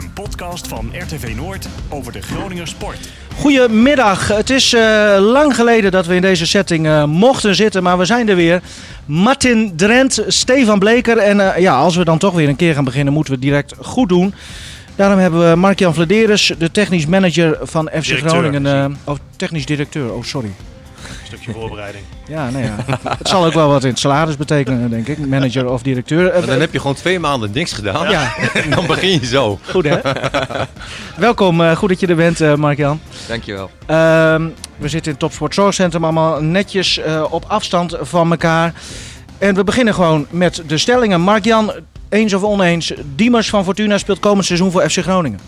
Een podcast van RTV Noord over de Groninger sport. Goedemiddag. Het is lang geleden dat we in deze setting mochten zitten, maar we zijn er weer. Martin Drent, Stefan Bleker. En als we dan toch weer een keer gaan beginnen, moeten we het direct goed doen. Daarom hebben we Mark-Jan Vladeres, de technisch manager van FC Groningen. Technisch directeur, sorry. Een stukje voorbereiding. Ja, nee, ja. Het zal ook wel wat in het salaris betekenen, denk ik. Manager of directeur. Maar dan heb je gewoon 2 maanden niks gedaan. Ja. En dan begin je zo. Goed, hè? Welkom, goed dat je er bent, Mark-Jan. Dankjewel. We zitten in het Topsport Zorgcentrum, allemaal netjes op afstand van elkaar. En we beginnen gewoon met de stellingen. Mark-Jan, eens of oneens, Diemers van Fortuna speelt komend seizoen voor FC Groningen.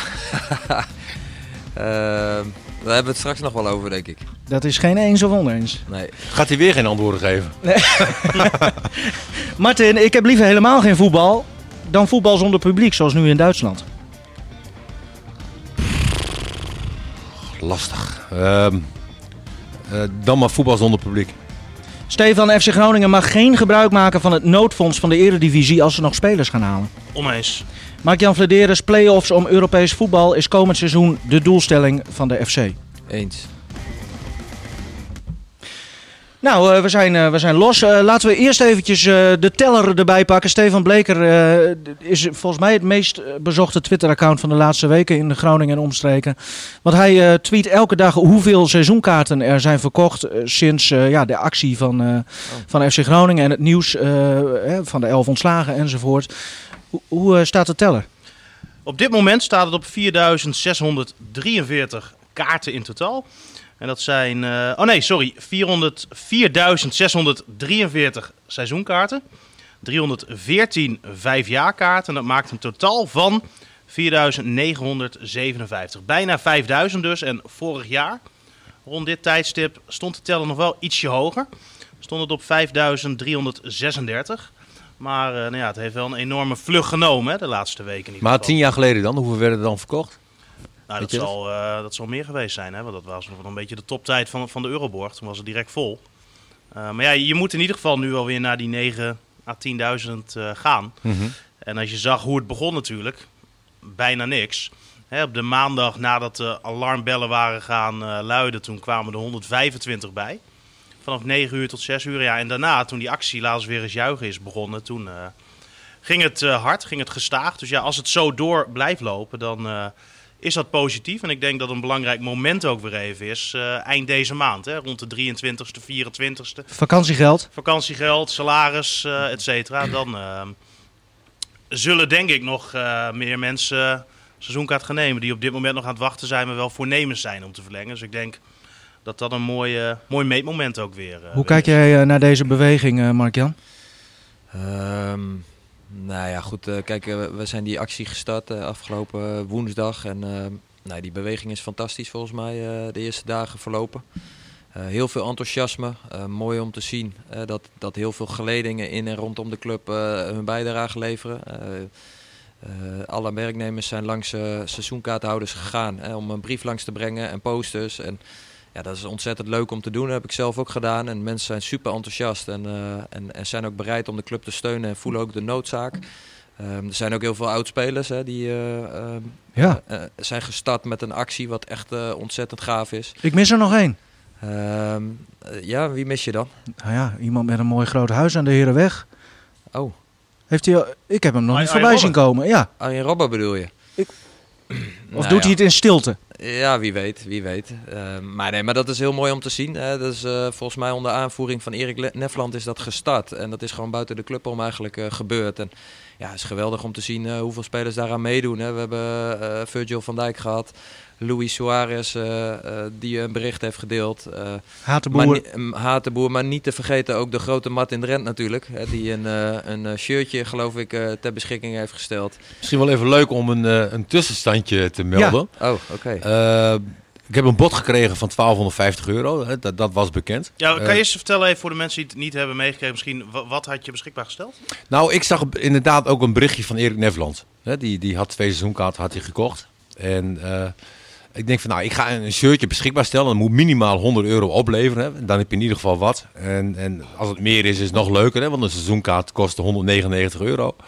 Daar hebben we het straks nog wel over, denk ik. Dat is geen eens of oneens. Nee. Gaat hij weer geen antwoorden geven? Nee. Martin, ik heb liever helemaal geen voetbal dan voetbal zonder publiek, zoals nu in Duitsland. Lastig. Dan maar voetbal zonder publiek. Stefan, FC Groningen mag geen gebruik maken van het noodfonds van de Eredivisie als ze nog spelers gaan halen. Oneens. Mark-Jan Vladeres, play-offs om Europees voetbal is komend seizoen de doelstelling van de FC. Eens. Nou, we zijn los. Laten we eerst eventjes de teller erbij pakken. Stefan Bleker is volgens mij het meest bezochte Twitter-account van de laatste weken in de Groningen en omstreken. Want hij tweet elke dag hoeveel seizoenkaarten er zijn verkocht sinds de actie van FC Groningen en het nieuws van de 11 ontslagen enzovoort. Hoe staat de teller? Op dit moment staat het op 4.643 kaarten in totaal. En dat zijn 404.643 seizoenkaarten. 314 vijfjaarkaarten. En dat maakt een totaal van 4.957. Bijna 5.000 dus. En vorig jaar, rond dit tijdstip, stond de teller nog wel ietsje hoger. Stond het op 5.336. Maar het heeft wel een enorme vlucht genomen de laatste weken. Maar 10 jaar geleden dan? Hoeveel werden er dan verkocht? Nou, dat zal meer geweest zijn. Hè? Want dat was nog een beetje de toptijd van de Euroborg. Toen was het direct vol. Maar ja, je moet in ieder geval nu alweer naar die 9.000 à 10.000 gaan. Mm-hmm. En als je zag hoe het begon natuurlijk, bijna niks. Hè, op de maandag nadat de alarmbellen waren gaan luiden, toen kwamen er 125 bij. Vanaf 9 uur tot 6 uur. Ja, en daarna, toen die actie laatst weer eens juichen is begonnen, toen ging het hard, ging het gestaag. Dus ja, als het zo door blijft lopen, dan is dat positief. En ik denk dat een belangrijk moment ook weer even is, eind deze maand, hè, rond de 23e, 24e. Vakantiegeld, salaris, et cetera. Dan zullen denk ik nog meer mensen seizoenkaart gaan nemen die op dit moment nog aan het wachten zijn, maar wel voornemens zijn om te verlengen. Dus ik denk dat dat een mooi meetmoment ook weer Hoe kijk jij naar deze beweging, Mark-Jan? Nou ja, goed. Kijk, we zijn die actie gestart afgelopen woensdag. En die beweging is fantastisch volgens mij de eerste dagen verlopen. Heel veel enthousiasme. Mooi om te zien dat heel veel geledingen in en rondom de club hun bijdrage leveren. Alle werknemers zijn langs seizoenkaarthouders gegaan om een brief langs te brengen en posters. En ja, dat is ontzettend leuk om te doen. Dat heb ik zelf ook gedaan. En mensen zijn super enthousiast en zijn ook bereid om de club te steunen en voelen ook de noodzaak. Er zijn ook heel veel oudspelers die zijn gestart met een actie wat echt ontzettend gaaf is. Ik mis er nog één. Wie mis je dan? Nou ja, iemand met een mooi groot huis aan de Herenweg. Oh. Ik heb hem nog niet voorbij zien komen. Ja. Arjen Robben bedoel je? Of doet hij het in stilte? Ja, wie weet. Maar dat is heel mooi om te zien. Dat is volgens mij onder aanvoering van Erik Nefland is dat gestart. En dat is gewoon buiten de club om eigenlijk gebeurd. En ja, het is geweldig om te zien hoeveel spelers daaraan meedoen. Hè. We hebben Virgil van Dijk gehad. Luis Suarez die een bericht heeft gedeeld. Hatenboer, maar niet te vergeten ook de grote Martin Drent natuurlijk. Die een shirtje geloof ik ter beschikking heeft gesteld. Misschien wel even leuk om een tussenstandje te melden. Ja. Oh, oké. Ik heb een bod gekregen van €1250. Dat was bekend. Ja, kan je eens vertellen even voor de mensen die het niet hebben meegekregen misschien, wat had je beschikbaar gesteld? Nou, ik zag inderdaad ook een berichtje van Erik Nefland. Die had 2 seizoenkaarten gekocht. En ik denk van ik ga een shirtje beschikbaar stellen. Dat moet minimaal €100 opleveren. Hè. Dan heb je in ieder geval wat. En als het meer is het nog leuker. Hè, want een seizoenkaart kostte €199.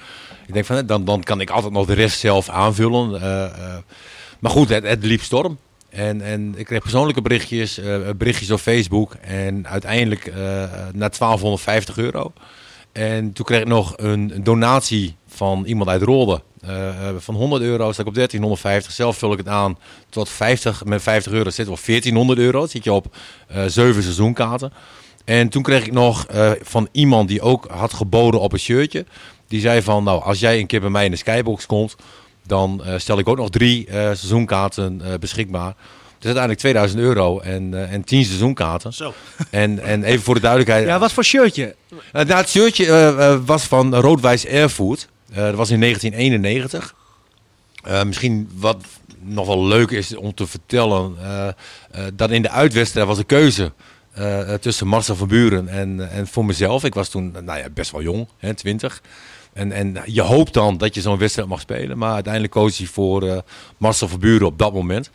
Ik denk van, dan kan ik altijd nog de rest zelf aanvullen. Maar goed, het liep storm. En ik kreeg persoonlijke berichtjes op Facebook. En uiteindelijk naar €1250. En toen kreeg ik nog een donatie van iemand uit Rolde. Van €100 sta ik op €1350. Zelf vul ik het aan tot 50. Met €50 zit op €1400. Dan zit je op 7 seizoenkaarten. En toen kreeg ik nog van iemand die ook had geboden op een shirtje. Die zei van, nou, als jij een keer bij mij in de Skybox komt, dan stel ik ook nog 3 seizoenkaarten beschikbaar. Dus uiteindelijk €2000 en 10 seizoenkaarten. Zo. En even voor de duidelijkheid. Ja, wat voor shirtje? Het shirtje was van Rood-Wijs Airfood. Dat was in 1991. Misschien wat nog wel leuk is om te vertellen. Dat in de uitwedstrijd was een keuze tussen Marcel van Buren en voor mezelf. Ik was toen best wel jong, 20. En je hoopt dan dat je zo'n wedstrijd mag spelen. Maar uiteindelijk koos hij voor Marcel van Buren op dat moment.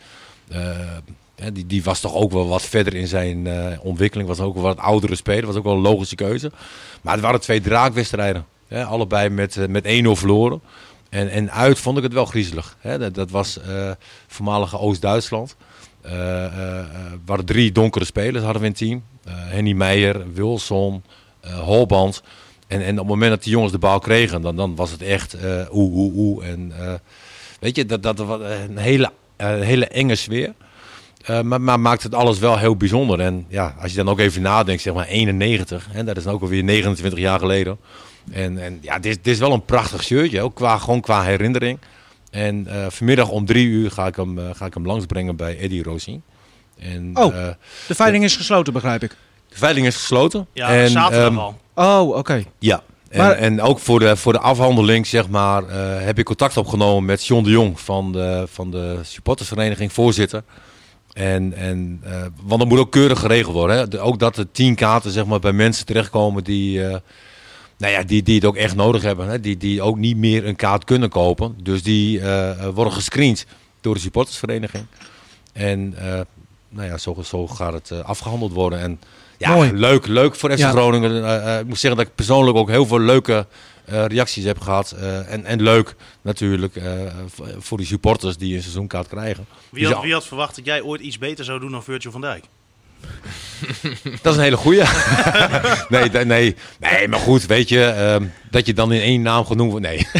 Die was toch ook wel wat verder in zijn ontwikkeling. Was ook wel wat oudere speler. Was ook wel een logische keuze. Maar het waren 2 draakwedstrijden. Allebei met 1-0 verloren. En uit vond ik het wel griezelig. Dat was voormalige Oost-Duitsland. Waren 3 donkere spelers hadden we in het team. Henny Meijer, Wilson, Holband. En op het moment dat die jongens de bal kregen, dan was het echt En weet je, dat was een hele enge sfeer. Maar maakt het alles wel heel bijzonder. En ja, als je dan ook even nadenkt, zeg maar 91. Dat is dan ook alweer 29 jaar geleden. En ja, dit is wel een prachtig shirtje. Ook gewoon qua herinnering. En vanmiddag om 3:00 ga ik hem langsbrengen bij Eddie Rosin. De veiling is gesloten, begrijp ik. De veiling is gesloten. Ja, zaterdag al. Oh, oké. Ja. En ook voor de afhandeling, zeg maar, heb ik contact opgenomen met John de Jong van de supportersvereniging, voorzitter. Want dat moet ook keurig geregeld worden. Hè? Ook dat er 10 kaarten, zeg maar, bij mensen terechtkomen die het ook echt nodig hebben. Hè? Die ook niet meer een kaart kunnen kopen. Dus die worden gescreend door de supportersvereniging. En zo gaat het afgehandeld worden. En ja, mooi. Leuk voor FC Groningen. Ik moet zeggen dat ik persoonlijk ook heel veel leuke reacties heb gehad. En leuk natuurlijk voor die supporters die een seizoenkaart krijgen. Wie had verwacht dat jij ooit iets beter zou doen dan Virgil van Dijk? Dat is een hele goeie. Nee, maar goed, weet je, dat je dan in 1 naam genoemd wordt. Nee.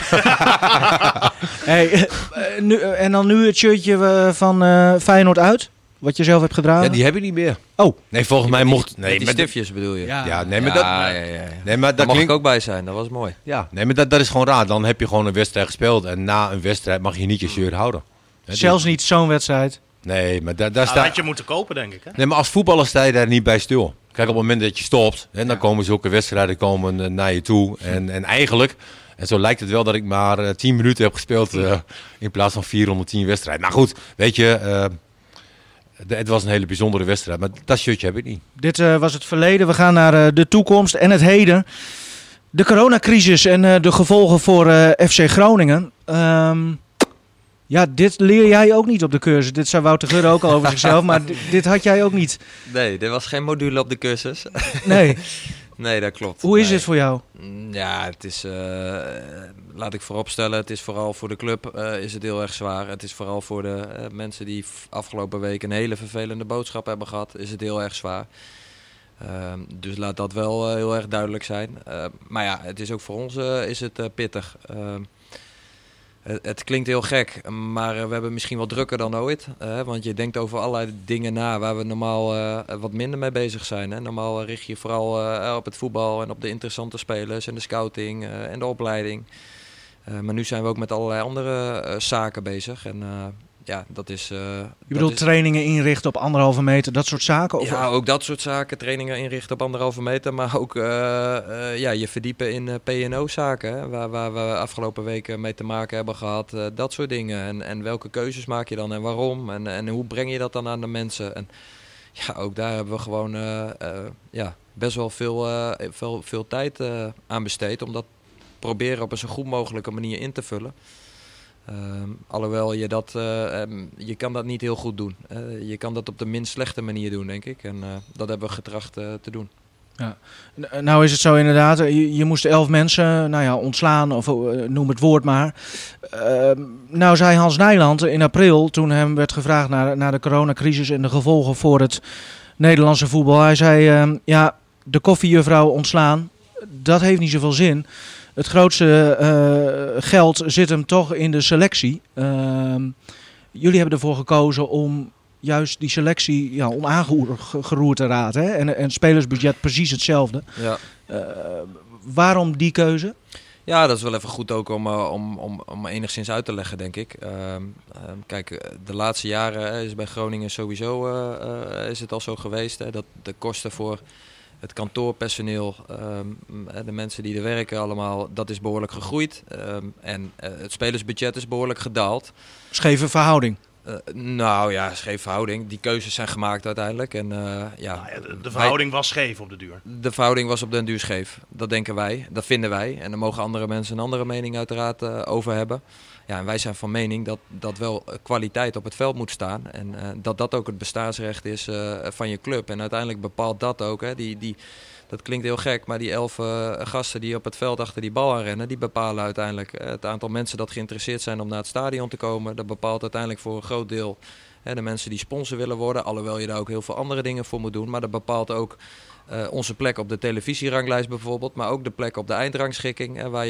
En dan nu het shirtje van Feyenoord uit, wat je zelf hebt gedragen. Ja, die heb ik niet meer. Oh. Nee, volgens mij mocht... Nee, met die stiftjes bedoel je? Ja, nee, maar dat... Nee, maar daar mag ik ook bij zijn, dat was mooi. Ja, nee, maar dat is gewoon raar. Dan heb je gewoon een wedstrijd gespeeld en na een wedstrijd mag je niet je shirt houden. Zelfs niet zo'n wedstrijd. Nee, maar daar staat... Dat had je moeten kopen, denk ik. Hè? Nee, maar als voetballer sta je daar niet bij stil. Kijk, op het moment dat je stopt, dan komen zulke wedstrijden naar je toe. En eigenlijk, en zo lijkt het wel dat ik maar 10 minuten heb gespeeld in plaats van 410 wedstrijden. Nou goed, weet je, het was een hele bijzondere wedstrijd. Maar dat shirtje heb ik niet. Dit was het verleden. We gaan naar de toekomst en het heden. De coronacrisis en de gevolgen voor FC Groningen. Ja, dit leer jij ook niet op de cursus. Dit zei Wouter Gudde ook al over zichzelf, maar dit had jij ook niet. Nee, er was geen module op de cursus. Nee. Nee, dat klopt. Hoe is dit voor jou? Ja, het is, laat ik vooropstellen, het is vooral voor de club is het heel erg zwaar. Het is vooral voor de mensen die afgelopen week een hele vervelende boodschap hebben gehad, is het heel erg zwaar. Dus laat dat wel heel erg duidelijk zijn. Maar ja, het is ook voor ons is het pittig. Het klinkt heel gek, maar we hebben misschien wel drukker dan ooit. Want je denkt over allerlei dingen na waar we normaal wat minder mee bezig zijn. Hè. Normaal richt je vooral op het voetbal en op de interessante spelers en de scouting en de opleiding. Maar nu zijn we ook met allerlei andere zaken bezig. En ja, dat is... je bedoelt trainingen inrichten op 1,5 meter, dat soort zaken? Of? Ja, ook dat soort zaken. Trainingen inrichten op 1,5 meter. Maar ook je verdiepen in P&O-zaken. Waar we afgelopen weken mee te maken hebben gehad. Dat soort dingen. En welke keuzes maak je dan en waarom? En hoe breng je dat dan aan de mensen? En ja, ook daar hebben we gewoon best wel veel tijd aan besteed. Om dat proberen op een zo goed mogelijke manier in te vullen. Alhoewel je kan dat niet heel goed doen. Je kan dat op de minst slechte manier doen, denk ik. En dat hebben we getracht te doen. Ja. Nou is het zo inderdaad, je moest 11 mensen ontslaan of noem het woord maar. Nou zei Hans Nijland in april, toen hem werd gevraagd naar de coronacrisis en de gevolgen voor het Nederlandse voetbal. Hij zei, de koffiejuffrouw ontslaan, dat heeft niet zoveel zin. Het grootste geld zit hem toch in de selectie. Jullie hebben ervoor gekozen om juist die selectie onaangeroerd te raden. Hè? En het spelersbudget precies hetzelfde. Ja. Waarom die keuze? Ja, dat is wel even goed ook om enigszins uit te leggen, denk ik. Kijk, de laatste jaren is bij Groningen sowieso is het al zo geweest. Hè, dat de kosten voor het kantoorpersoneel, de mensen die er werken allemaal, dat is behoorlijk gegroeid. En het spelersbudget is behoorlijk gedaald. Scheve verhouding. Scheef verhouding. Die keuzes zijn gemaakt uiteindelijk. En, de verhouding was scheef op de duur. De verhouding was op den duur scheef. Dat denken wij. Dat vinden wij. En daar mogen andere mensen een andere mening uiteraard over hebben. Ja, en wij zijn van mening dat wel kwaliteit op het veld moet staan. En dat ook het bestaansrecht is van je club. En uiteindelijk bepaalt dat ook. Hè, dat klinkt heel gek, maar die 11 gasten die op het veld achter die bal aan rennen, die bepalen uiteindelijk het aantal mensen dat geïnteresseerd zijn om naar het stadion te komen. Dat bepaalt uiteindelijk voor een groot deel de mensen die sponsor willen worden. Alhoewel je daar ook heel veel andere dingen voor moet doen. Maar dat bepaalt ook onze plek op de televisieranglijst bijvoorbeeld. Maar ook de plek op de eindrangschikking, waar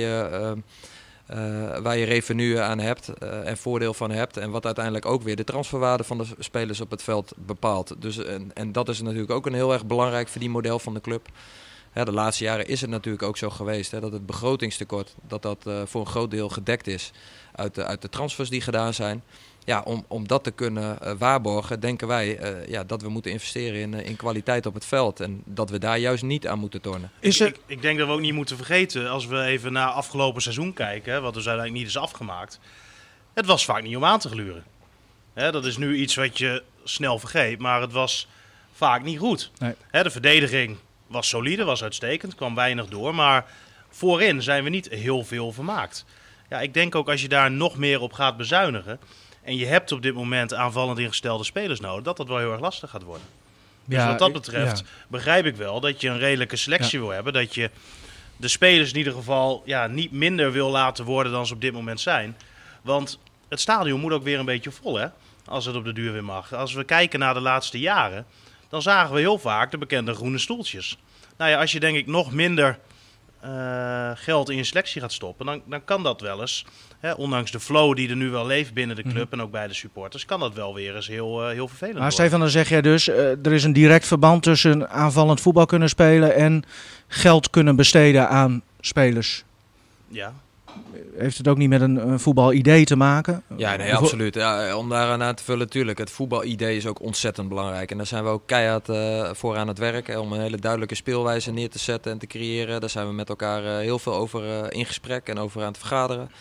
je revenue aan hebt en voordeel van hebt. En wat uiteindelijk ook weer de transferwaarde van de spelers op het veld bepaalt. Dus, en dat is natuurlijk ook een heel erg belangrijk verdienmodel van de club. Ja, de laatste jaren is het natuurlijk ook zo geweest dat het begrotingstekort dat voor een groot deel gedekt is uit de transfers die gedaan zijn. Ja, om dat te kunnen waarborgen, denken wij dat we moeten investeren in kwaliteit op het veld. En dat we daar juist niet aan moeten tornen. Ik denk dat we ook niet moeten vergeten, als we even naar afgelopen seizoen kijken, wat dus uiteindelijk niet is afgemaakt. Het was vaak niet om aan te gluren. Dat is nu iets wat je snel vergeet, maar het was vaak niet goed. Nee. De verdediging was solide, was uitstekend, kwam weinig door. Maar voorin zijn we niet heel veel vermaakt. Ja, ik denk ook als je daar nog meer op gaat bezuinigen en je hebt op dit moment aanvallend ingestelde spelers nodig, dat wel heel erg lastig gaat worden. Dus wat dat betreft begrijp ik wel dat je een redelijke selectie wil hebben. Dat je de spelers in ieder geval niet minder wil laten worden dan ze op dit moment zijn. Want het stadion moet ook weer een beetje vol, hè, als het op de duur weer mag. Als we kijken naar de laatste jaren, dan zagen we heel vaak de bekende groene stoeltjes. Nou ja, als je denk ik nog minder geld in je selectie gaat stoppen, dan kan dat wel eens, ondanks de flow die er nu wel leeft binnen de club en ook bij de supporters, kan dat wel weer eens heel vervelend worden. Maar Stefan, dan zeg jij dus, er is een direct verband tussen aanvallend voetbal kunnen spelen en geld kunnen besteden aan spelers. Ja. Heeft het ook niet met een voetbalidee te maken? Ja, nee, absoluut. Ja, om daaraan aan te vullen, natuurlijk. Het voetbalidee is ook ontzettend belangrijk. En daar zijn we ook keihard voor aan het werk. Om een hele duidelijke speelwijze neer te zetten en te creëren. Daar zijn we met elkaar heel veel over in gesprek en over aan het vergaderen.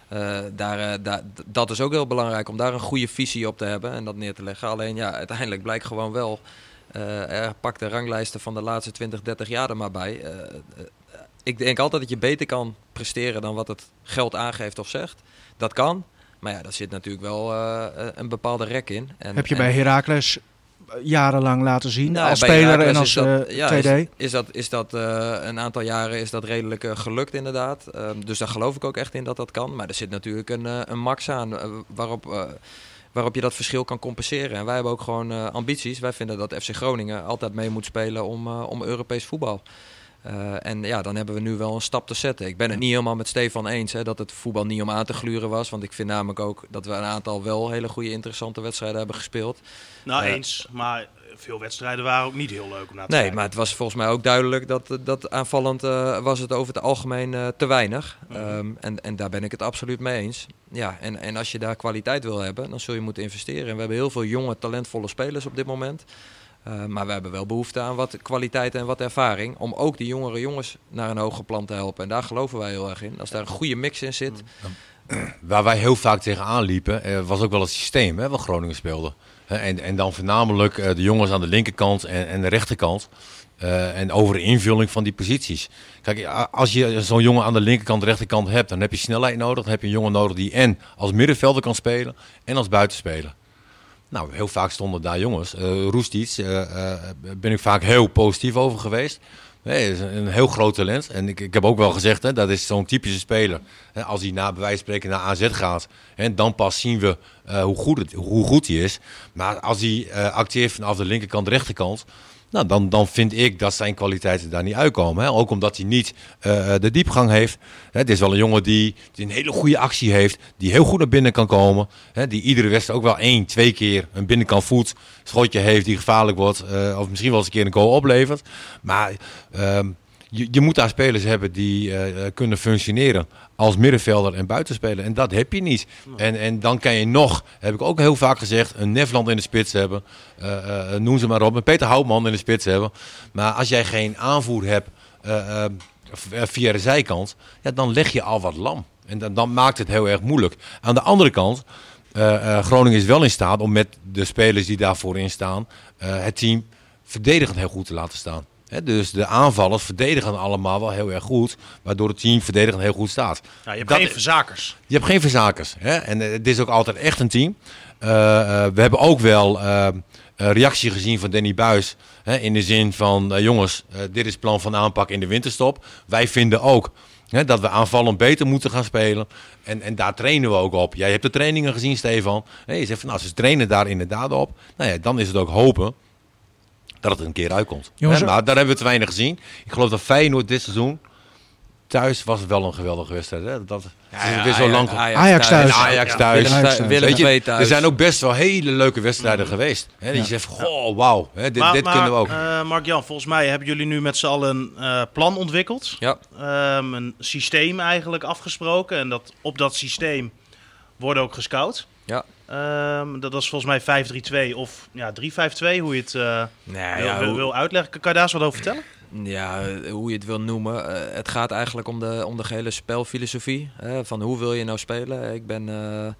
Dat is ook heel belangrijk om daar een goede visie op te hebben en dat neer te leggen. Alleen uiteindelijk blijkt gewoon wel, pak de ranglijsten van de laatste 20, 30 jaar er maar bij. Ik denk altijd dat je beter kan presteren dan wat het geld aangeeft of zegt. Dat kan, maar daar zit natuurlijk wel een bepaalde rek in. Heb je bij Heracles jarenlang laten zien, als speler en als TD? Is dat een aantal jaren is dat redelijk gelukt inderdaad. Dus daar geloof ik ook echt in dat kan. Maar er zit natuurlijk een max aan waarop je dat verschil kan compenseren. En wij hebben ook gewoon ambities. Wij vinden dat FC Groningen altijd mee moet spelen om Europees voetbal. Dan hebben we nu wel een stap te zetten. Ik ben het niet helemaal met Stefan eens dat het voetbal niet om aan te gluren was. Want ik vind namelijk ook dat we een aantal wel hele goede interessante wedstrijden hebben gespeeld. Eens, maar veel wedstrijden waren ook niet heel leuk om naar te kijken. Nee, maar het was volgens mij ook duidelijk dat aanvallend was het over het algemeen te weinig. En daar ben ik het absoluut mee eens. Ja, en als je daar kwaliteit wil hebben, dan zul je moeten investeren. En we hebben heel veel jonge, talentvolle spelers op dit moment. Maar we hebben wel behoefte aan wat kwaliteit en wat ervaring om ook die jongere jongens naar een hoger plan te helpen. En daar geloven wij heel erg in. Als daar een goede mix in zit. Waar wij heel vaak tegenaan liepen, was ook wel het systeem wat Groningen speelde. En dan voornamelijk de jongens aan de linkerkant en de rechterkant. En over de invulling van die posities. Kijk, als je zo'n jongen aan de linkerkant, rechterkant hebt, dan heb je snelheid nodig. Dan heb je een jongen nodig die en als middenvelder kan spelen en als buitenspeler. Nou, heel vaak stonden daar jongens. Roestic ben ik vaak heel positief over geweest. Hij is een heel groot talent. En ik heb ook wel gezegd, dat is zo'n typische speler. Als hij bij wijze van spreken naar AZ gaat, dan pas zien we hoe goed hij is. Maar als hij acteert vanaf de linkerkant, de rechterkant, nou, dan vind ik dat zijn kwaliteiten daar niet uitkomen. Ook omdat hij niet de diepgang heeft. Het is wel een jongen die een hele goede actie heeft. Die heel goed naar binnen kan komen. Die iedere wedstrijd ook wel 1-2 keer een binnenkant voet schotje heeft die gevaarlijk wordt. Of misschien wel eens een keer een goal oplevert. Maar je moet daar spelers hebben die kunnen functioneren als middenvelder en buitenspeler. En dat heb je niet. En dan kan je nog, heb ik ook heel vaak gezegd, een Nefland in de spits hebben. Noem ze maar op. Een Peter Houtman in de spits hebben. Maar als jij geen aanvoer hebt via de zijkant, dan leg je al wat lam. En dan maakt het heel erg moeilijk. Aan de andere kant, Groningen is wel in staat om met de spelers die daarvoor in staan, het team verdedigend heel goed te laten staan. Dus de aanvallers verdedigen allemaal wel heel erg goed, waardoor het team verdedigend heel goed staat. Ja, je hebt geen verzakers. Je hebt geen verzakers. En het is ook altijd echt een team. We hebben ook wel reactie gezien van Danny Buijs. In de zin van, jongens, dit is het plan van aanpak in de winterstop. Wij vinden ook dat we aanvallend beter moeten gaan spelen. En daar trainen we ook op. Jij hebt de trainingen gezien, Stefan. Je zegt van, ze trainen daar inderdaad op. Nou ja, dan is het ook hopen dat het een keer uitkomt. Jongens, maar daar hebben we te weinig gezien. Ik geloof dat Feyenoord dit seizoen thuis was het wel een geweldige wedstrijd. Dat is weer zo lang. Ajax thuis. Ajax thuis. Willem II thuis. Er zijn ook best wel hele leuke wedstrijden geweest. Je zegt, goh, wauw, dit kunnen we ook. Mark-Jan, volgens mij hebben jullie nu met z'n allen een plan ontwikkeld. Ja. Een systeem eigenlijk afgesproken. En op dat systeem worden ook gescout. Ja. Dat is volgens mij 5-3-2 of 3-5-2, hoe je het wil uitleggen. Kan je daar eens wat over vertellen? Ja, hoe je het wil noemen. Het gaat eigenlijk om de gehele spelfilosofie. Van hoe wil je nou spelen? Ik ben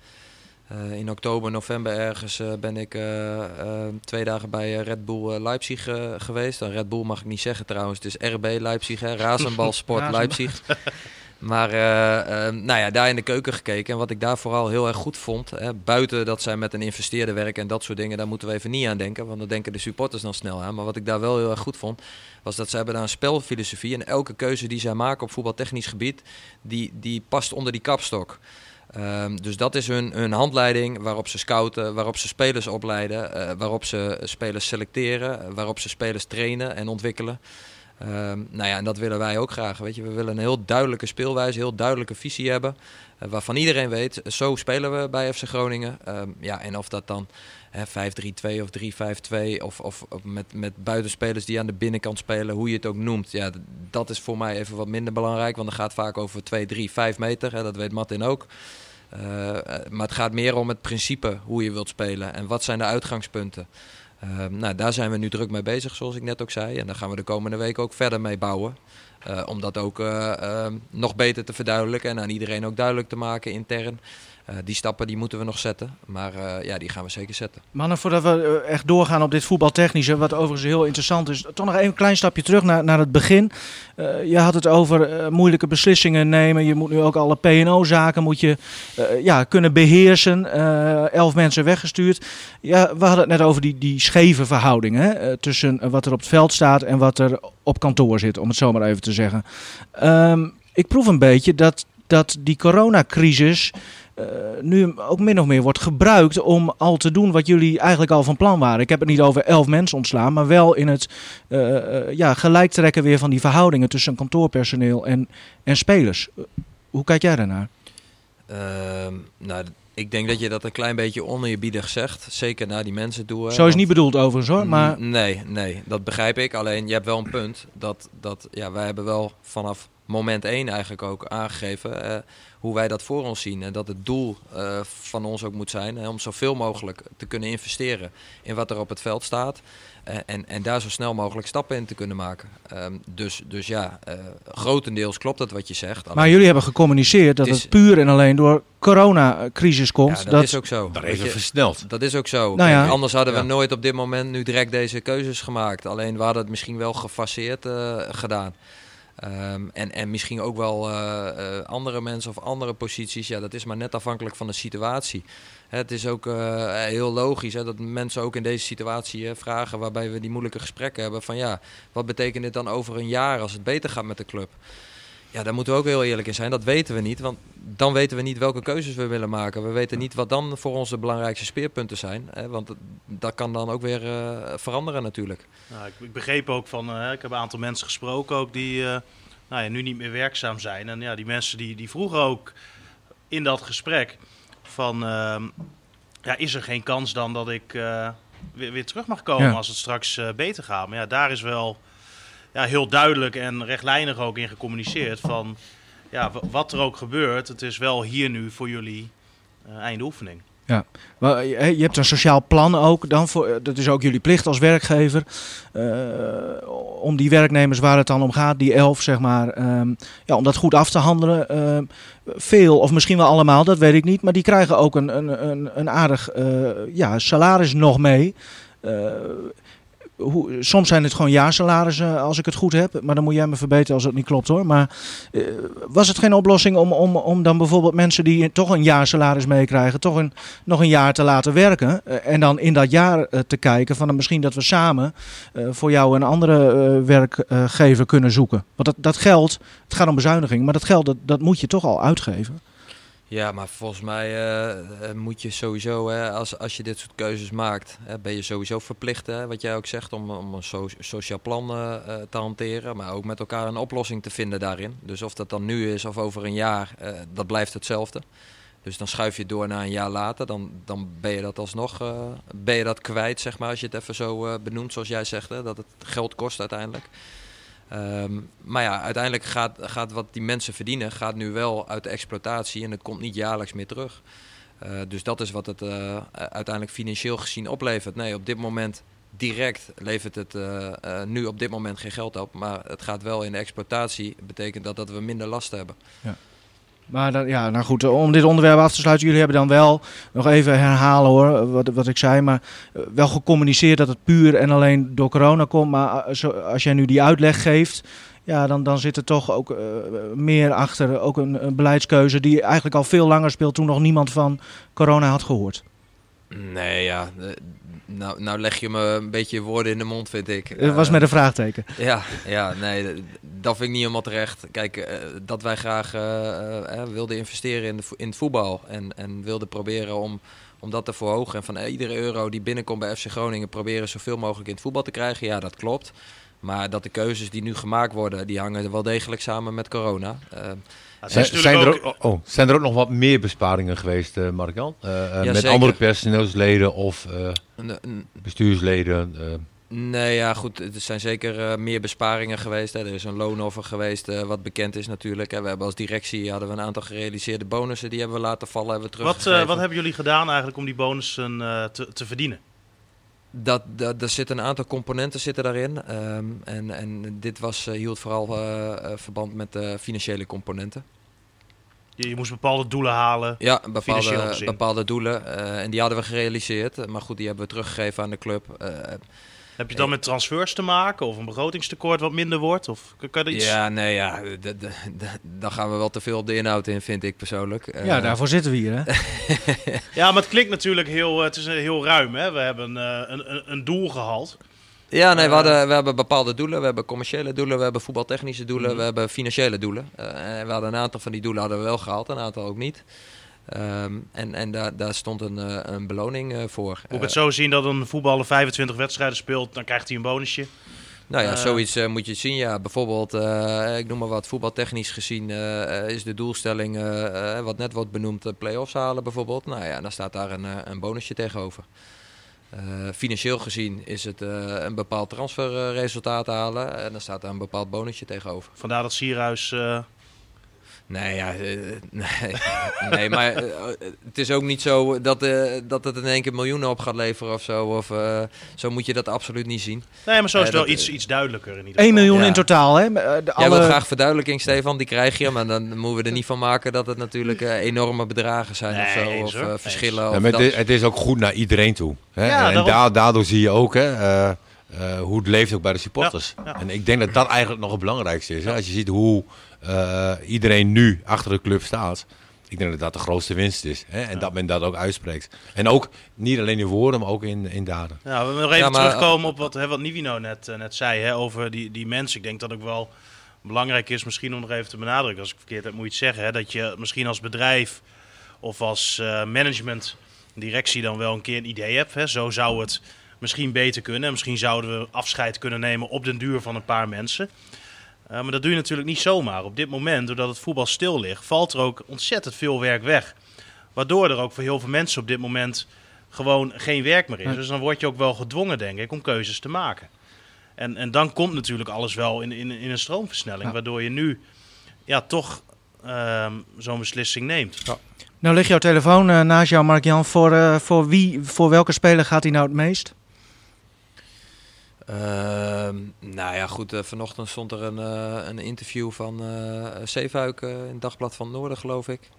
in oktober, november ergens ben ik 2 dagen bij Red Bull Leipzig geweest. Red Bull mag ik niet zeggen trouwens. Het is RB Leipzig, Razenbalsport Leipzig. Maar daar in de keuken gekeken. En wat ik daar vooral heel erg goed vond, buiten dat zij met een investeerder werken en dat soort dingen, daar moeten we even niet aan denken. Want dan denken de supporters dan snel aan. Maar wat ik daar wel heel erg goed vond, was dat ze hebben daar een spelfilosofie. En elke keuze die zij maken op voetbaltechnisch gebied, die past onder die kapstok. Dus dat is hun handleiding waarop ze scouten, waarop ze spelers opleiden, waarop ze spelers selecteren, waarop ze spelers trainen en ontwikkelen. En dat willen wij ook graag. Weet je, we willen een heel duidelijke speelwijze, heel duidelijke visie hebben. Waarvan iedereen weet, zo spelen we bij FC Groningen. En of dat dan 5-3-2 of 3-5-2 of met buitenspelers die aan de binnenkant spelen, hoe je het ook noemt. Ja, dat is voor mij even wat minder belangrijk, want het gaat vaak over 2, 3, 5 meter. Dat weet Martin ook. Maar het gaat meer om het principe hoe je wilt spelen en wat zijn de uitgangspunten. Daar zijn we nu druk mee bezig, zoals ik net ook zei. En daar gaan we de komende week ook verder mee bouwen. Om dat ook nog beter te verduidelijken en aan iedereen ook duidelijk te maken intern. Die stappen die moeten we nog zetten, maar die gaan we zeker zetten. Mannen, voordat we echt doorgaan op dit voetbaltechnische, wat overigens heel interessant is, toch nog even een klein stapje terug naar het begin. Je had het over moeilijke beslissingen nemen. Je moet nu ook alle P&O-zaken kunnen beheersen. 11 mensen weggestuurd. Ja, we hadden het net over die scheve verhoudingen tussen wat er op het veld staat en wat er op kantoor zit, om het zo maar even te zeggen. Ik proef een beetje dat die coronacrisis nu ook min of meer wordt gebruikt om al te doen wat jullie eigenlijk al van plan waren. Ik heb het niet over 11 mensen ontslaan, maar wel in het gelijk trekken weer van die verhoudingen tussen kantoorpersoneel en spelers. Hoe kijk jij daarnaar? Ik denk dat je dat een klein beetje oneerbiedig zegt. Zeker naar die mensen toe. Zo is niet bedoeld overigens hoor. Maar Nee, dat begrijp ik. Alleen je hebt wel een punt. Wij hebben wel vanaf moment 1 eigenlijk ook aangegeven hoe wij dat voor ons zien. En dat het doel van ons ook moet zijn om zoveel mogelijk te kunnen investeren in wat er op het veld staat. En daar zo snel mogelijk stappen in te kunnen maken. Grotendeels klopt dat wat je zegt. Maar jullie hebben gecommuniceerd dat het puur en alleen door coronacrisis komt. Ja, dat is ook zo. Dat is versneld. Dat is ook zo. Nou ja. Anders hadden we nooit op dit moment nu direct deze keuzes gemaakt. Alleen we hadden het misschien wel gefaseerd gedaan. En misschien ook wel andere mensen of andere posities. Ja, dat is maar net afhankelijk van de situatie. Het is ook heel logisch dat mensen ook in deze situatie vragen, waarbij we die moeilijke gesprekken hebben van ja, wat betekent dit dan over een jaar als het beter gaat met de club? Ja, daar moeten we ook heel eerlijk in zijn. Dat weten we niet, want dan weten we niet welke keuzes we willen maken. We weten niet wat dan voor ons de belangrijkste speerpunten zijn. Want dat kan dan ook weer veranderen natuurlijk. Nou, ik begreep ook ik heb een aantal mensen gesproken ook die nu niet meer werkzaam zijn. En ja, die mensen die vroegen ook in dat gesprek van, is er geen kans dan dat ik weer terug mag komen als het straks beter gaat? Maar ja, daar is wel heel duidelijk en rechtlijnig ook in gecommuniceerd van wat er ook gebeurt. Het is wel hier nu voor jullie einde oefening. Ja, maar je hebt een sociaal plan ook dan dat is ook jullie plicht als werkgever om die werknemers waar het dan om gaat, die 11 zeg maar, om dat goed af te handelen. Veel of misschien wel allemaal, dat weet ik niet, maar die krijgen ook een aardig salaris nog mee. Soms zijn het gewoon jaarsalarissen als ik het goed heb. Maar dan moet jij me verbeteren als dat niet klopt hoor. Maar was het geen oplossing om dan bijvoorbeeld mensen die toch een jaarsalaris meekrijgen, toch nog een jaar te laten werken. En dan in dat jaar te kijken van misschien dat we samen voor jou een andere werkgever kunnen zoeken. Want dat geld, het gaat om bezuiniging, maar dat geld dat moet je toch al uitgeven. Ja, maar volgens mij moet je sowieso, als je dit soort keuzes maakt, ben je sowieso verplicht, wat jij ook zegt, om een sociaal plan te hanteren. Maar ook met elkaar een oplossing te vinden daarin. Dus of dat dan nu is of over een jaar, dat blijft hetzelfde. Dus dan schuif je door naar een jaar later, dan ben je dat alsnog ben je dat kwijt, zeg maar, als je het even zo benoemt, zoals jij zegt, dat het geld kost uiteindelijk. Maar ja, uiteindelijk gaat wat die mensen verdienen, gaat nu wel uit de exploitatie en het komt niet jaarlijks meer terug. Dus dat is wat het uiteindelijk financieel gezien oplevert. Nee, op dit moment direct levert het nu op dit moment geen geld op, maar het gaat wel in de exploitatie. Betekent dat we minder last hebben. Ja. Maar nou goed, om dit onderwerp af te sluiten, jullie hebben dan wel, nog even herhalen hoor, wat ik zei, maar wel gecommuniceerd dat het puur en alleen door corona komt. Maar als jij nu die uitleg geeft, dan zit er toch ook meer achter, ook een beleidskeuze die eigenlijk al veel langer speelt toen nog niemand van corona had gehoord. Nee, ja. Nou leg je me een beetje woorden in de mond, vind ik. Het was met een vraagteken. Ja, nee, dat vind ik niet helemaal terecht. Kijk, dat wij graag wilden investeren in het voetbal en wilden proberen om dat te verhogen. En van iedere euro die binnenkomt bij FC Groningen proberen zoveel mogelijk in het voetbal te krijgen. Ja, dat klopt. Maar dat de keuzes die nu gemaakt worden, die hangen wel degelijk samen met corona. Zijn er ook nog wat meer besparingen geweest, Mark-Jan? Met zeker. Andere personeelsleden of bestuursleden? Nee, ja goed, er zijn zeker meer besparingen geweest. Hè. Er is een loonoffer geweest, wat bekend is natuurlijk. We hebben als directie hadden we een aantal gerealiseerde bonussen, die hebben we laten vallen, hebben we teruggegeven. Wat hebben jullie gedaan eigenlijk om die bonussen te verdienen? Er zitten een aantal componenten daarin. En dit hield vooral verband met de financiële componenten. Je moest bepaalde doelen halen. Ja, bepaalde doelen. En die hadden we gerealiseerd. Maar goed, die hebben we teruggegeven aan de club. Heb je dan met transfers te maken of een begrotingstekort wat minder wordt? Of kan er iets? Ja, nee, dan gaan we wel te veel op de inhoud in, vind ik persoonlijk. Daarvoor zitten we hier, hè? Ja, maar het klinkt natuurlijk het is heel ruim, hè? We hebben een doel gehaald. Ja, nee, we hebben bepaalde doelen. We hebben commerciële doelen, we hebben voetbaltechnische doelen, we hebben financiële doelen. We hadden een aantal van die doelen hadden we wel gehaald, een aantal ook niet. En daar stond een beloning voor. Moet ik het zo zien dat een voetballer 25 wedstrijden speelt, dan krijgt hij een bonusje? Nou ja, zoiets moet je zien. Ja, bijvoorbeeld, ik noem maar wat, voetbaltechnisch gezien is de doelstelling, wat net wordt benoemd, play-offs halen bijvoorbeeld. Nou ja, dan staat daar een bonusje tegenover. Financieel gezien is het een bepaald transferresultaat halen en dan staat daar een bepaald bonusje tegenover. Vandaar dat Sierhuis... Nee, maar het is ook niet zo dat het in één keer miljoenen op gaat leveren of zo. Of zo moet je dat absoluut niet zien. Nee, maar zo is het wel iets duidelijker in ieder geval. 1 miljoen in totaal, hè? Jij wil graag verduidelijking, Stefan, die krijg je. Maar dan moeten we er niet van maken dat het natuurlijk enorme bedragen zijn of verschillen. Ja, maar het is ook goed naar iedereen toe. Hè? Ja, en daardoor zie je ook... hoe het leeft ook bij de supporters. Ja. En ik denk dat dat eigenlijk nog het belangrijkste is. Hè? Als je ziet hoe iedereen nu achter de club staat. Ik denk dat dat de grootste winst is. Hè? En dat men dat ook uitspreekt. En ook niet alleen in woorden, maar ook in daden. Ja, we nog even terugkomen op wat Nivino net zei, hè, over die mensen. Ik denk dat ook wel belangrijk is, misschien om nog even te benadrukken. Als ik verkeerd heb, moet je het zeggen. Hè, dat je misschien als bedrijf of als management, directie dan wel een keer een idee hebt. Hè. Zo zou het misschien beter kunnen. Misschien zouden we afscheid kunnen nemen op den duur van een paar mensen. Maar dat doe je natuurlijk niet zomaar. Op dit moment, doordat het voetbal stil ligt, valt er ook ontzettend veel werk weg. Waardoor er ook voor heel veel mensen op dit moment gewoon geen werk meer is. Dus dan word je ook wel gedwongen, denk ik, om keuzes te maken. En dan komt natuurlijk alles wel in een stroomversnelling. Waardoor je nu toch zo'n beslissing neemt. Ja. Nou ligt jouw telefoon naast jou, Mark-Jan. Voor welke speler gaat hij nou het meest? Nou ja, goed. Vanochtend stond er een interview van Zeefuik in het Dagblad van het Noorden, geloof ik.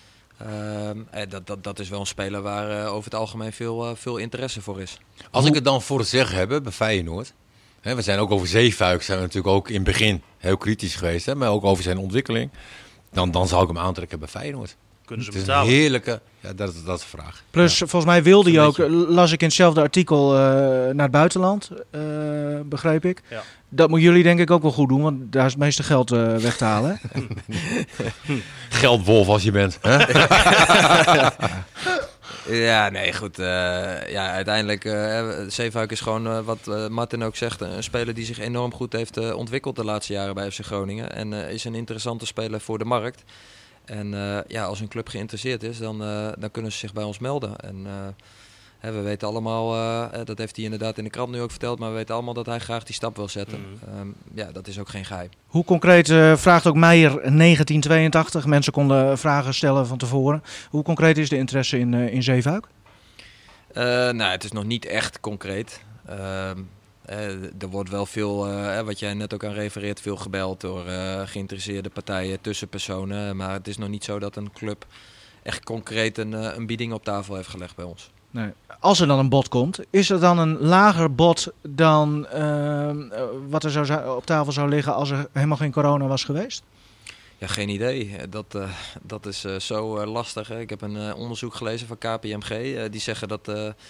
Dat is wel een speler waar over het algemeen veel interesse voor is. Als ik het dan voor het zeggen heb bij Feyenoord. Hè, we zijn ook over Zeefuik zijn we natuurlijk ook in het begin heel kritisch geweest. Hè, maar ook over zijn ontwikkeling. Dan zou ik hem aantrekken bij Feyenoord. Kunnen ze het is betalen? Een heerlijke, dat is de vraag. Plus, volgens mij wilde hij ook, las ik in hetzelfde artikel, naar het buitenland, begreep ik. Ja. Dat moeten jullie denk ik ook wel goed doen, want daar is het meeste geld weg te halen. Geldwolf als je bent. Hè? Ja, nee, goed. Uiteindelijk, Zeefuik is gewoon, wat Martin ook zegt, een speler die zich enorm goed heeft ontwikkeld de laatste jaren bij FC Groningen. En is een interessante speler voor de markt. En als een club geïnteresseerd is, dan kunnen ze zich bij ons melden. En we weten allemaal, dat heeft hij inderdaad in de krant nu ook verteld, maar we weten allemaal dat hij graag die stap wil zetten. Dat is ook geen geheim. Hoe concreet, vraagt ook Meijer 1982, mensen konden vragen stellen van tevoren. Hoe concreet is de interesse in Zeefuik? Het is nog niet echt concreet. Er wordt wel veel, wat jij net ook aan refereert, veel gebeld door geïnteresseerde partijen, tussenpersonen. Maar het is nog niet zo dat een club echt concreet een bieding op tafel heeft gelegd bij ons. Nee. Als er dan een bod komt, is er dan een lager bod dan wat er op tafel zou liggen als er helemaal geen corona was geweest? Ja, geen idee. Dat is zo lastig. Hè. Ik heb een onderzoek gelezen van KPMG. Die zeggen dat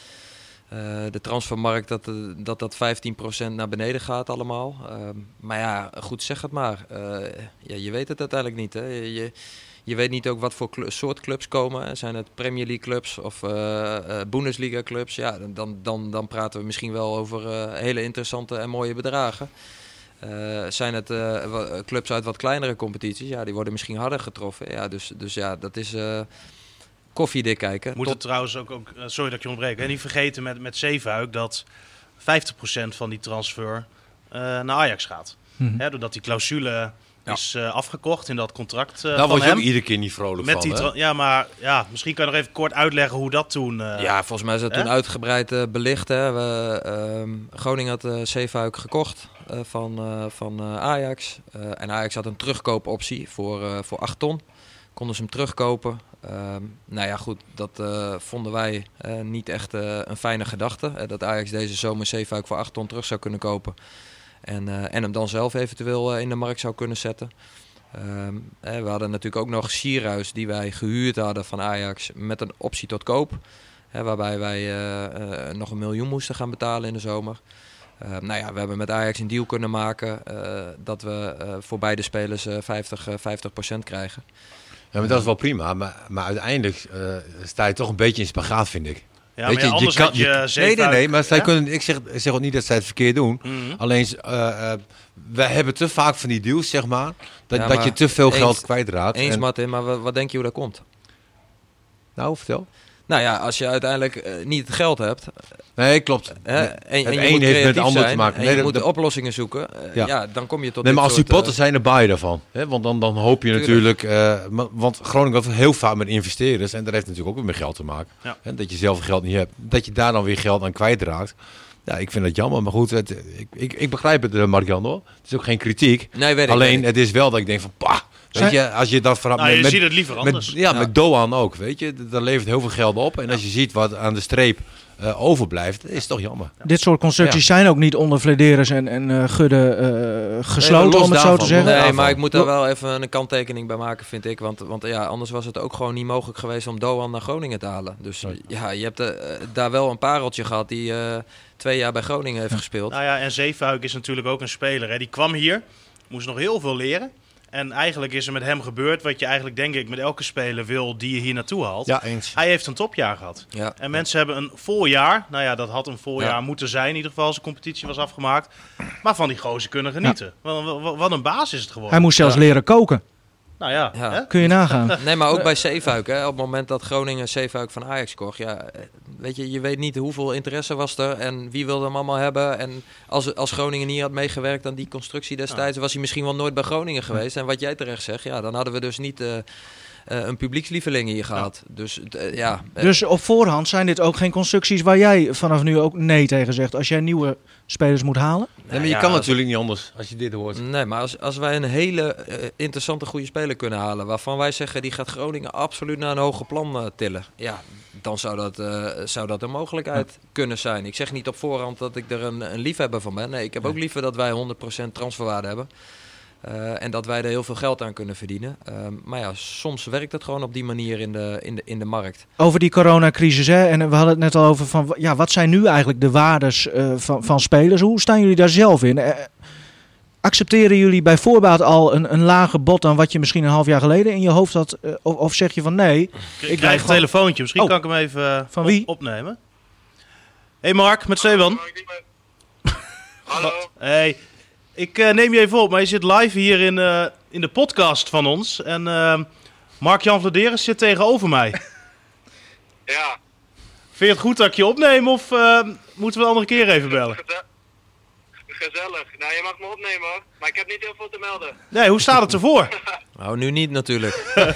de transfermarkt dat 15% naar beneden gaat allemaal. Maar ja, goed, zeg het maar. Je weet het uiteindelijk niet. Hè. Je weet niet ook wat voor soort clubs komen. Zijn het Premier League clubs of Bundesliga clubs? Ja, dan praten we misschien wel over hele interessante en mooie bedragen. Zijn het clubs uit wat kleinere competities? Ja, die worden misschien harder getroffen. Ja, dus ja, dat is koffiedik kijken. Moet het trouwens ook, sorry dat ik je ontbreek, hè, niet vergeten met Zeefuik dat 50% van die transfer naar Ajax gaat. Hè, doordat die clausule is afgekocht in dat contract daar word je hem. Ook iedere keer niet vrolijk met van. Die maar misschien kan je nog even kort uitleggen hoe dat toen... ja, volgens mij is dat toen uitgebreid belicht. Hè. Groningen had Zeefuik gekocht van Ajax. En Ajax had een terugkoopoptie voor 8 ton. Konden ze hem terugkopen. Dat vonden wij niet echt een fijne gedachte. Dat Ajax deze zomer Zeefuik voor 8 ton terug zou kunnen kopen. En hem dan zelf eventueel in de markt zou kunnen zetten. We hadden natuurlijk ook nog Sierhuis die wij gehuurd hadden van Ajax met een optie tot koop. Waarbij wij nog 1 miljoen moesten gaan betalen in de zomer. We hebben met Ajax een deal kunnen maken dat we voor beide spelers 50% krijgen. Ja, maar dat is wel prima. Maar uiteindelijk sta je toch een beetje in spagaat, vind ik. Ja, weet maar anders had je Zeefuik... Nee, maar zij kunnen, ik zeg ook niet dat zij het verkeerd doen. Mm-hmm. Alleen, wij hebben te vaak van die deals, zeg maar, dat je te veel geld kwijtraakt. Eens, Martin, maar wat denk je hoe dat komt? Nou, vertel. Nou ja, als je uiteindelijk niet het geld hebt... Nee, klopt. En je moet heeft met het ander te maken. En je moet oplossingen zoeken. Dan kom je tot maar als supporters zijn, dan baal je daarvan. Hè? Want dan hoop je natuurlijk... want Groningen wordt heel vaak met investeerders. En dat heeft natuurlijk ook weer met geld te maken. Ja. Hè? Dat je zelf geld niet hebt. Dat je daar dan weer geld aan kwijtraakt. Ja, ik vind dat jammer. Maar goed, ik begrijp het, Mark-Jan, hoor. Het is ook geen kritiek. Nee, weet ik. Alleen, het is wel dat ik denk van... Weet je, als je dat je ziet het liever anders. Met Doan ook, weet je. Dat levert heel veel geld op. En als je ziet wat aan de streep overblijft, is het toch jammer. Dit soort constructies zijn ook niet onder Flederis en Gudde gesloten, om het zo te zeggen. Nee, maar ik moet daar wel even een kanttekening bij maken, vind ik. Want anders was het ook gewoon niet mogelijk geweest om Doan naar Groningen te halen. Dus je hebt daar wel een pareltje gehad die 2 jaar bij Groningen heeft gespeeld. Nou ja, en Zeefuik is natuurlijk ook een speler. Hè. Die kwam hier, moest nog heel veel leren. En eigenlijk is er met hem gebeurd wat je eigenlijk denk ik met elke speler wil die je hier naartoe haalt. Ja, eens. Hij heeft een topjaar gehad. Ja. En mensen hebben een voljaar. Nou ja, dat had een voljaar moeten zijn in ieder geval als de competitie was afgemaakt. Maar van die gozer kunnen genieten. Wat een baas is het geworden. Hij moest zelfs leren koken. Nou ja. Hè? Kun je nagaan. Nee, maar ook bij Zeefuik. Op het moment dat Groningen Zeefuik van Ajax kocht. Ja, weet je weet niet hoeveel interesse was er. En wie wilde hem allemaal hebben. En als Groningen niet had meegewerkt aan die constructie destijds. Was hij misschien wel nooit bij Groningen geweest. En wat jij terecht zegt. Ja, dan hadden we dus niet een publiekslieveling hier gehad. Dus Dus op voorhand zijn dit ook geen constructies waar jij vanaf nu ook nee tegen zegt. Als jij nieuwe spelers moet halen. Nee, maar je kan natuurlijk niet anders als je dit hoort. Nee, maar als wij een hele interessante goede speler kunnen halen, waarvan wij zeggen die gaat Groningen absoluut naar een hoger plan tillen, ja, dan zou dat een mogelijkheid kunnen zijn. Ik zeg niet op voorhand dat ik er een liefhebber van ben. Nee, ik heb ook liever dat wij 100% transferwaarde hebben. En dat wij er heel veel geld aan kunnen verdienen. Maar ja, soms werkt het gewoon op die manier in de markt. Over die coronacrisis, hè? En we hadden het net al over van, ja, wat zijn nu eigenlijk de waardes van spelers? Hoe staan jullie daar zelf in? Accepteren jullie bij voorbaat al een lager bod dan wat je misschien een half jaar geleden in je hoofd had? Of zeg je van nee? Ik krijg een telefoontje. Misschien kan ik hem even van wie? Opnemen. Hey Mark, met Steven. Hallo. Hey. Ik neem je even op, maar je zit live hier in de podcast van ons. En Mark-Jan Vladeris zit tegenover mij. Ja. Vind je het goed dat ik je opneem of moeten we een andere keer even bellen? Gezellig. Nou, je mag me opnemen hoor. Maar ik heb niet heel veel te melden. Nee, hoe staat het ervoor? Nou, nu niet natuurlijk.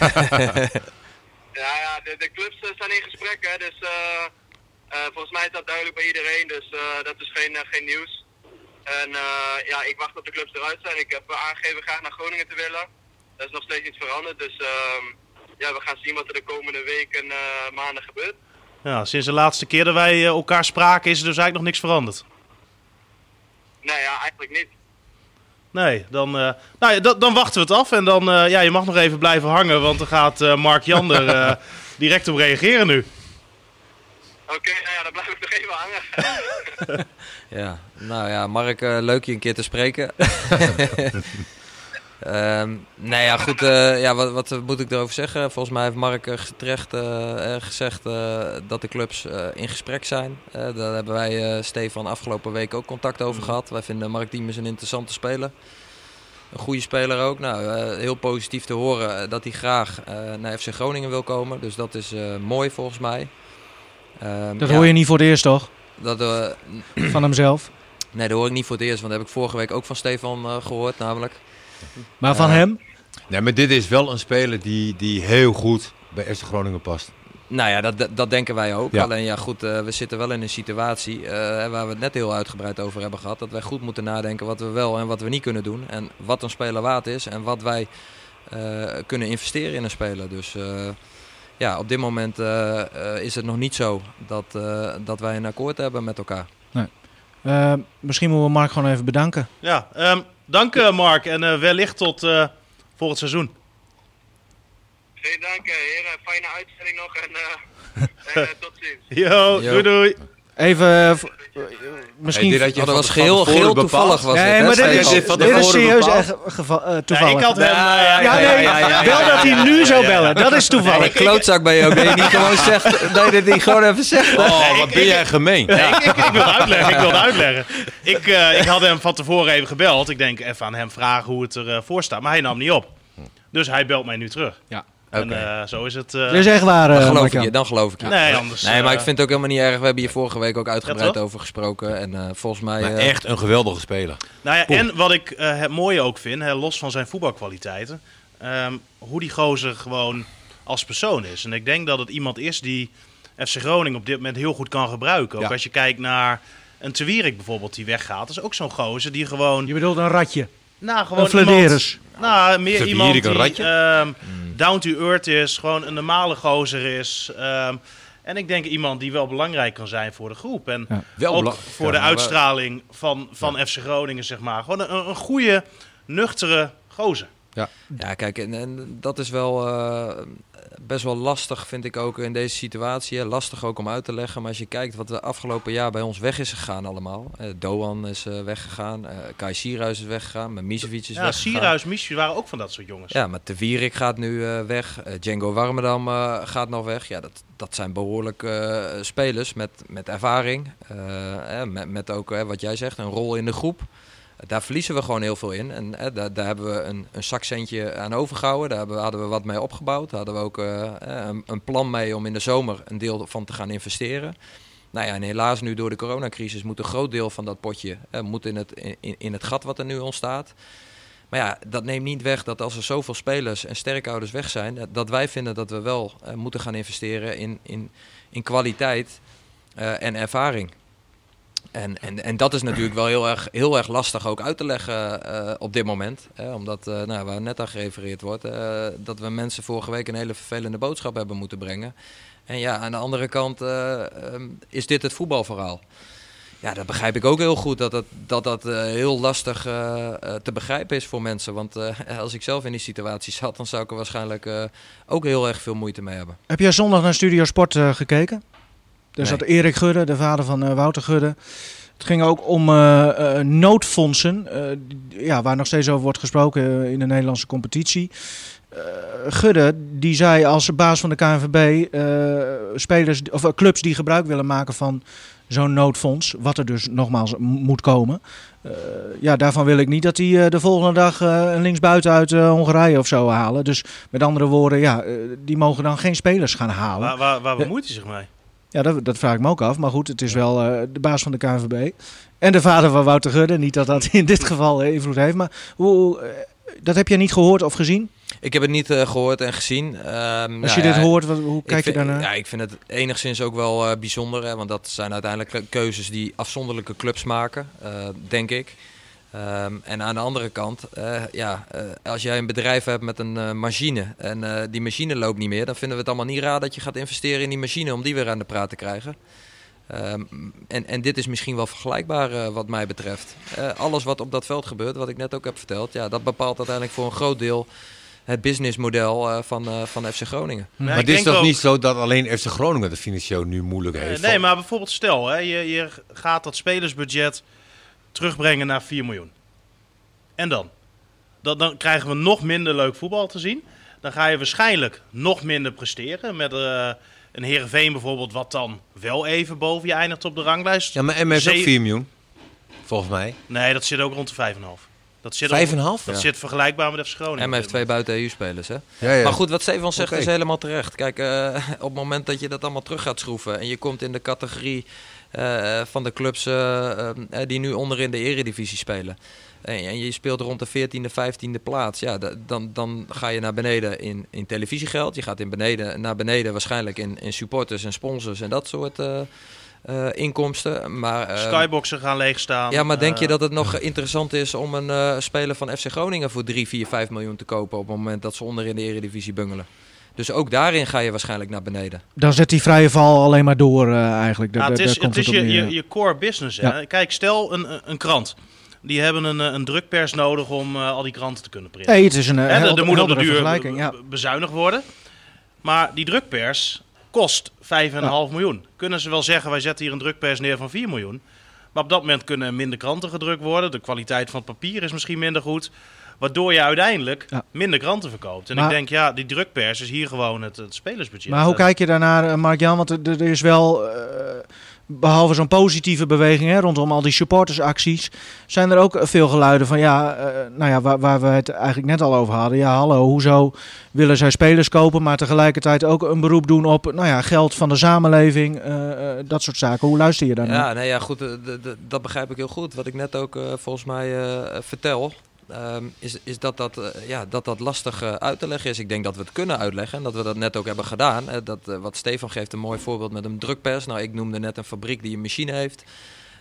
Ja, de clubs zijn in gesprek, hè. Dus volgens mij is dat duidelijk bij iedereen. Dus dat is geen nieuws. En ik wacht tot de clubs eruit zijn. Ik heb aangegeven graag naar Groningen te willen. Dat is nog steeds niet veranderd. Dus we gaan zien wat er de komende weken maanden gebeurt. Ja, sinds de laatste keer dat wij elkaar spraken is er dus eigenlijk nog niks veranderd. Nee, ja, eigenlijk niet. Nee, dan wachten we het af. En dan, je mag nog even blijven hangen, want dan gaat Mark-Jan er direct op reageren nu. Oké, dan blijf ik nog even hangen. Ja, nou ja, Mark, leuk je een keer te spreken. Goed, wat moet ik erover zeggen? Volgens mij heeft Mark terecht gezegd dat de clubs in gesprek zijn. Daar hebben wij, Stefan, afgelopen week ook contact over gehad. Wij vinden Mark Diemers een interessante speler. Een goede speler ook. Nou, heel positief te horen dat hij graag naar FC Groningen wil komen. Dus dat is mooi volgens mij. Dat hoor je niet voor het eerst, toch? Van hemzelf? Nee, dat hoor ik niet voor het eerst. Want dat heb ik vorige week ook van Stefan gehoord, namelijk. Maar van hem? Nee, maar dit is wel een speler die heel goed bij FC Groningen past. Nou ja, dat denken wij ook. Ja. Alleen ja, goed, we zitten wel in een situatie waar we het net heel uitgebreid over hebben gehad. Dat wij goed moeten nadenken wat we wel en wat we niet kunnen doen. En wat een speler waard is en wat wij kunnen investeren in een speler. Dus op dit moment is het nog niet zo dat wij een akkoord hebben met elkaar. Nee. Misschien moeten we Mark gewoon even bedanken. Ja, dank Mark en wellicht tot volgend seizoen. Geen dank, heren. Fijne uitzending nog en tot ziens. Doei doei. Even, misschien... dat was geheel toevallig. Nee, maar dit is serieus echt toevallig. Ik had hem... Wel dat hij nu zou bellen. Dat is toevallig. Klootzak ben je ook. Dat je niet gewoon zegt. Dat je dit gewoon even zegt. Oh, wat ben jij gemeen. Nee, ik wil het uitleggen. Ik had hem van tevoren even gebeld. Ik denk even aan hem vragen hoe het ervoor staat. Maar hij nam niet op. Dus hij belt mij nu terug. Ja. En zo is het. Dat is echt waar. Dan geloof ik je. Nee, anders. Nee, maar ik vind het ook helemaal niet erg. We hebben hier vorige week ook uitgebreid over gesproken. En volgens mij. Maar echt een geweldige speler. Nou ja, en wat ik het mooie ook vind, los van zijn voetbalkwaliteiten, hoe die gozer gewoon als persoon is. En ik denk dat het iemand is die FC Groningen op dit moment heel goed kan gebruiken. Ook als je kijkt naar een Te Wierik bijvoorbeeld die weggaat. Dat is ook zo'n gozer die gewoon... Je bedoelt een ratje? Nou, gewoon Flederis. meer Vervier iemand ik een die ratje? down to earth is, gewoon een normale gozer is. En ik denk iemand die wel belangrijk kan zijn voor de groep. En ook voor de uitstraling van FC Groningen, zeg maar. Gewoon een goede, nuchtere gozer. Ja, kijk, en dat is wel best wel lastig, vind ik ook in deze situatie. Hè. Lastig ook om uit te leggen. Maar als je kijkt wat de afgelopen jaar bij ons weg is gegaan allemaal. Doan is weggegaan. Kai Sierhuis is weggegaan. Misevic is weggegaan. Sierhuis, Misevic waren ook van dat soort jongens. Ja, maar Te Wierik gaat nu weg. Django Warmerdam gaat nog weg. Ja, dat zijn behoorlijk spelers met ervaring. Met ook, wat jij zegt, een rol in de groep. Daar verliezen we gewoon heel veel in. En daar hebben we een zakcentje aan overgehouden. Daar hadden we wat mee opgebouwd. Daar hadden we ook een plan mee om in de zomer een deel van te gaan investeren. Nou ja, en helaas nu door de coronacrisis moet een groot deel van dat potje moet in het gat wat er nu ontstaat. Maar ja, dat neemt niet weg dat als er zoveel spelers en sterkhouders weg zijn, dat wij vinden dat we wel moeten gaan investeren in kwaliteit en ervaring. En dat is natuurlijk wel heel erg lastig ook uit te leggen op dit moment. Omdat, waar net aan gerefereerd wordt, dat we mensen vorige week een hele vervelende boodschap hebben moeten brengen. En ja, aan de andere kant is dit het voetbalverhaal. Ja, dat begrijp ik ook heel goed, dat heel lastig te begrijpen is voor mensen. Want als ik zelf in die situatie zat, dan zou ik er waarschijnlijk ook heel erg veel moeite mee hebben. Heb jij zondag naar Studio Sport gekeken? Daar zat Erik Gudde, de vader van Wouter Gudde. Het ging ook om noodfondsen, waar nog steeds over wordt gesproken in de Nederlandse competitie. Gudde, die zei als baas van de KNVB spelers of clubs die gebruik willen maken van zo'n noodfonds, wat er dus nogmaals moet komen. Daarvan wil ik niet dat die de volgende dag een linksbuiten uit Hongarije of zo halen. Dus met andere woorden, die mogen dan geen spelers gaan halen. Waar bemoeit hij zich mee? Ja, dat vraag ik me ook af. Maar goed, het is wel de baas van de KNVB. En de vader van Wouter Gudde. Niet dat dat in dit geval invloed heeft. Maar dat heb jij niet gehoord of gezien? Ik heb het niet gehoord en gezien. Als je dit hoort, hoe kijk je daarnaar? Ja, ik vind het enigszins ook wel bijzonder. Hè, want dat zijn uiteindelijk keuzes die afzonderlijke clubs maken, denk ik. En aan de andere kant, als jij een bedrijf hebt met een machine en die machine loopt niet meer, dan vinden we het allemaal niet raar dat je gaat investeren in die machine om die weer aan de praat te krijgen. En dit is misschien wel vergelijkbaar wat mij betreft. Alles wat op dat veld gebeurt, wat ik net ook heb verteld, dat bepaalt uiteindelijk voor een groot deel het businessmodel van FC Groningen. Maar dit is toch niet zo dat alleen FC Groningen de financieel nu moeilijk heeft? Nee, maar bijvoorbeeld stel, je gaat dat spelersbudget terugbrengen naar 4 miljoen. En dan? Dan krijgen we nog minder leuk voetbal te zien. Dan ga je waarschijnlijk nog minder presteren. Met een Heerenveen bijvoorbeeld, wat dan wel even boven je eindigt op de ranglijst. Ja, maar MS ook 4 miljoen, volgens mij. Nee, dat zit ook rond de 5,5. 5,5? Dat zit vergelijkbaar met FC Groningen. En hij heeft 2 buiten-EU-spelers, hè? Ja. Maar goed, wat Stefan zegt is helemaal terecht. Kijk, op het moment dat je dat allemaal terug gaat schroeven en je komt in de categorie van de clubs die nu onderin de eredivisie spelen. En je speelt rond de 14e, 15e plaats. Ja, dan ga je naar beneden in televisiegeld. Je gaat naar beneden waarschijnlijk in supporters en sponsors en dat soort inkomsten. Maar Skyboxen gaan leegstaan. Ja, maar denk je dat het nog interessant is om een speler van FC Groningen voor 3, 4, 5 miljoen te kopen op het moment dat ze onderin de eredivisie bungelen? Dus ook daarin ga je waarschijnlijk naar beneden. Dan zet die vrije val alleen maar door eigenlijk. Het is je core business. Hè? Ja. Kijk, stel een krant. Die hebben een drukpers nodig om al die kranten te kunnen printen. Nee, het is een er moet op de duur vergelijking, bezuinigd worden. Maar die drukpers kost 5,5 miljoen. Kunnen ze wel zeggen, wij zetten hier een drukpers neer van 4 miljoen. Maar op dat moment kunnen er minder kranten gedrukt worden. De kwaliteit van het papier is misschien minder goed. Waardoor je uiteindelijk minder kranten verkoopt. En ik denk, die drukpers is hier gewoon het spelersbudget. Maar hoe kijk je daarnaar, Mark-Jan? Want er is wel, behalve zo'n positieve beweging rondom al die supportersacties, zijn er ook veel geluiden van waar we het eigenlijk net al over hadden. Ja, hallo, hoezo willen zij spelers kopen, maar tegelijkertijd ook een beroep doen op geld van de samenleving, dat soort zaken. Hoe luister je daarnaar? Ja, goed, dat begrijp ik heel goed. Wat ik net ook volgens mij vertel. Is dat lastig uit te leggen is. Ik denk dat we het kunnen uitleggen en dat we dat net ook hebben gedaan. Wat Stefan geeft een mooi voorbeeld met een drukpers. Nou, ik noemde net een fabriek die een machine heeft.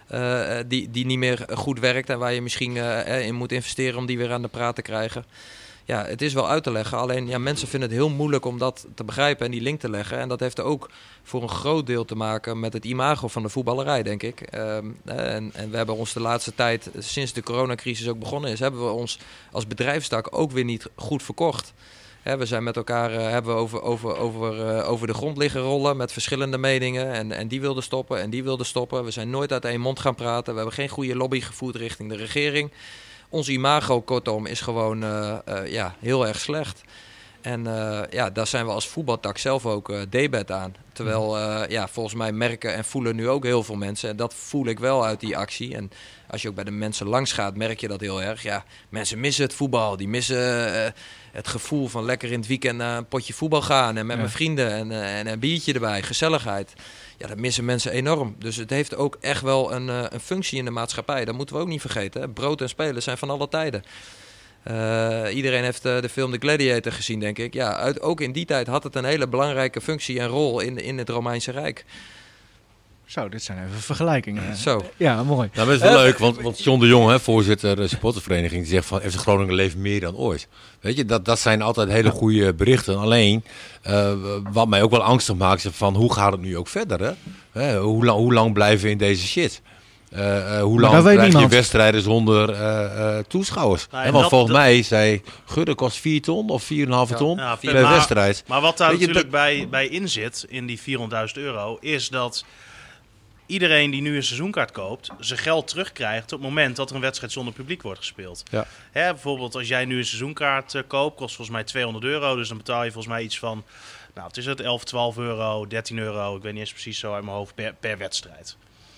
die niet meer goed werkt en waar je misschien in moet investeren om die weer aan de praat te krijgen. Ja, het is wel uit te leggen. Alleen mensen vinden het heel moeilijk om dat te begrijpen en die link te leggen. En dat heeft er ook voor een groot deel te maken met het imago van de voetballerij, denk ik. En we hebben ons de laatste tijd, sinds de coronacrisis ook begonnen is, hebben we ons als bedrijfstak ook weer niet goed verkocht. We zijn met elkaar hebben we over de grond liggen rollen met verschillende meningen. En die wilden stoppen en die wilden stoppen. We zijn nooit uit één mond gaan praten. We hebben geen goede lobby gevoerd richting de regering. Ons imago, kortom, is gewoon heel erg slecht. En daar zijn we als voetbaltak zelf ook debet aan. Terwijl volgens mij merken en voelen nu ook heel veel mensen. En dat voel ik wel uit die actie. En als je ook bij de mensen langs gaat, merk je dat heel erg. Ja, mensen missen het voetbal. Die missen het gevoel van lekker in het weekend naar een potje voetbal gaan. En met mijn vrienden en een biertje erbij. Gezelligheid. Ja, dat missen mensen enorm. Dus het heeft ook echt wel een functie in de maatschappij. Dat moeten we ook niet vergeten. Hè? Brood en spelen zijn van alle tijden. Iedereen heeft de film The Gladiator gezien, denk ik. Ja, ook in die tijd had het een hele belangrijke functie en rol in het Romeinse Rijk. Zo, dit zijn even vergelijkingen. Zo. Ja, mooi. Nou, dat is wel leuk, want John de Jong, voorzitter supportervereniging, die zegt van FC Groningen leeft meer dan ooit. Weet je, dat zijn altijd hele goede berichten. Alleen, wat mij ook wel angstig maakt, is van hoe gaat het nu ook verder? Hè? Hoe lang blijven we in deze shit? Hoe lang krijg je wedstrijden zonder toeschouwers? Want volgens mij zei Gudde kost 4 ton of 4,5 ton per wedstrijd. Maar wat daar natuurlijk bij in zit, in die €400.000, is dat iedereen die nu een seizoenkaart koopt, zijn geld terugkrijgt op het moment dat er een wedstrijd zonder publiek wordt gespeeld. Ja. Bijvoorbeeld als jij nu een seizoenkaart koopt, kost volgens mij €200. Dus dan betaal je volgens mij iets van, wat is het, 11, 12 euro, 13 euro. Ik weet niet eens precies zo uit mijn hoofd per wedstrijd.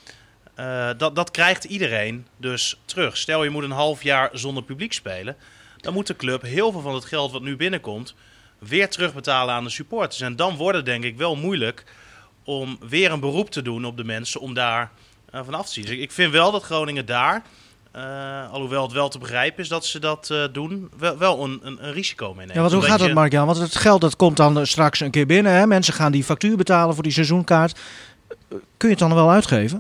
Dat krijgt iedereen dus terug. Stel je moet een half jaar zonder publiek spelen, dan moet de club heel veel van het geld wat nu binnenkomt weer terugbetalen aan de supporters. En dan wordt het denk ik wel moeilijk om weer een beroep te doen op de mensen om daar vanaf te zien. Dus ik vind wel dat Groningen daar, alhoewel het wel te begrijpen is dat ze dat doen, wel een risico meenemen. Ja, want hoe gaat dat, Mark-Jan? Want het geld dat komt dan straks een keer binnen. Hè? Mensen gaan die factuur betalen voor die seizoenkaart. Kun je het dan wel uitgeven?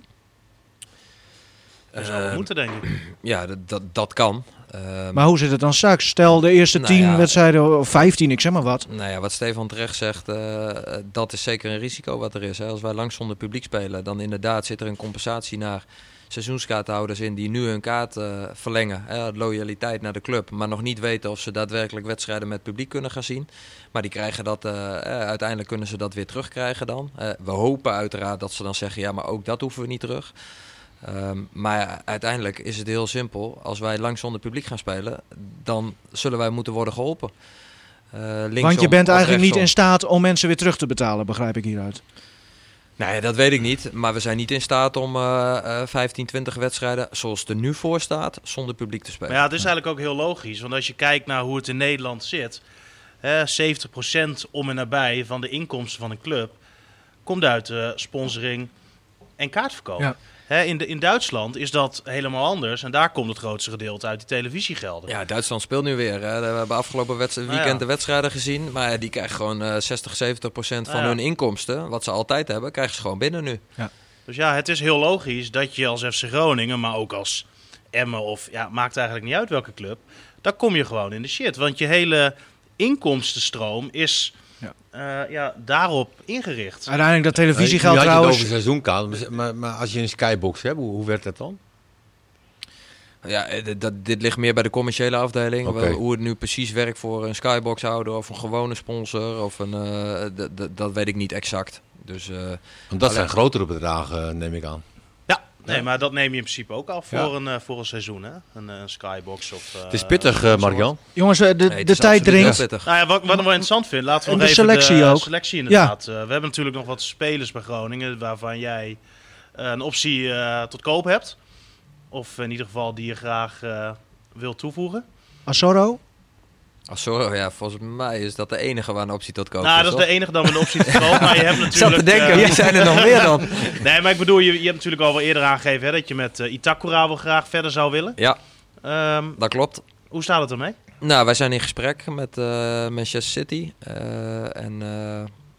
Dat zou wel moeten, denk ik. Ja, dat kan. Maar hoe zit het dan straks? Stel de eerste 10 wedstrijden, of 15, ik zeg maar wat. Nou ja, wat Stefan terecht zegt, dat is zeker een risico wat er is. Hè. Als wij lang zonder publiek spelen, dan inderdaad zit er een compensatie naar seizoenskaarthouders in die nu hun kaart verlengen. Loyaliteit naar de club, maar nog niet weten of ze daadwerkelijk wedstrijden met publiek kunnen gaan zien. Maar die krijgen dat, uiteindelijk kunnen ze dat weer terugkrijgen dan. We hopen uiteraard dat ze dan zeggen, ja, maar ook dat hoeven we niet terug. Maar uiteindelijk is het heel simpel. Als wij lang zonder publiek gaan spelen, dan zullen wij moeten worden geholpen. Want je bent eigenlijk niet in staat om mensen weer terug te betalen, begrijp ik hieruit. Nee, dat weet ik niet. Maar we zijn niet in staat om 15, 20 wedstrijden, zoals het er nu voor staat, zonder publiek te spelen. Maar ja, het is eigenlijk ook heel logisch. Want als je kijkt naar hoe het in Nederland zit, 70% om en nabij van de inkomsten van een club komt uit sponsoring en kaartverkoop. Ja. In Duitsland is dat helemaal anders. En daar komt het grootste gedeelte uit die televisiegelden. Ja, Duitsland speelt nu weer. Hè. We hebben afgelopen weekend de wedstrijden gezien. Maar die krijgen gewoon 60-70% van hun inkomsten. Wat ze altijd hebben, krijgen ze gewoon binnen nu. Ja. Dus ja, het is heel logisch dat je als FC Groningen, maar ook als Emmen of maakt eigenlijk niet uit welke club, daar kom je gewoon in de shit. Want je hele inkomstenstroom is daarop ingericht. Uiteindelijk dat televisiegeld trouwens. Je had het over seizoenkaart, maar als je een skybox hebt, hoe werkt dat dan? Ja, dit ligt meer bij de commerciële afdeling. Okay. Hoe het nu precies werkt voor een skybox-houder of een gewone sponsor. Of dat weet ik niet exact. Dus, want dat zijn grotere bedragen, neem ik aan. Nee, maar dat neem je in principe ook af voor een seizoen, hè? Een skybox of... het is pittig, Mark-Jan. Jongens, de tijd dringt. Nou ja, wat ik wel interessant vind, laten we nog even de selectie inderdaad. We hebben natuurlijk nog wat spelers bij Groningen, waarvan jij een optie tot koop hebt. Of in ieder geval die je graag wil toevoegen. Asoro? Asoro, ja, volgens mij is dat de enige waar een optie tot koop is. Nou, dat is de enige dan met een optie tot koop. Maar je hebt natuurlijk... Zat te denken, wie zijn er nog meer dan? Nee, maar ik bedoel, je hebt natuurlijk al wel eerder aangegeven dat je met Itakura wel graag verder zou willen. Ja, dat klopt. Hoe staat het ermee? Nou, wij zijn in gesprek met Manchester City.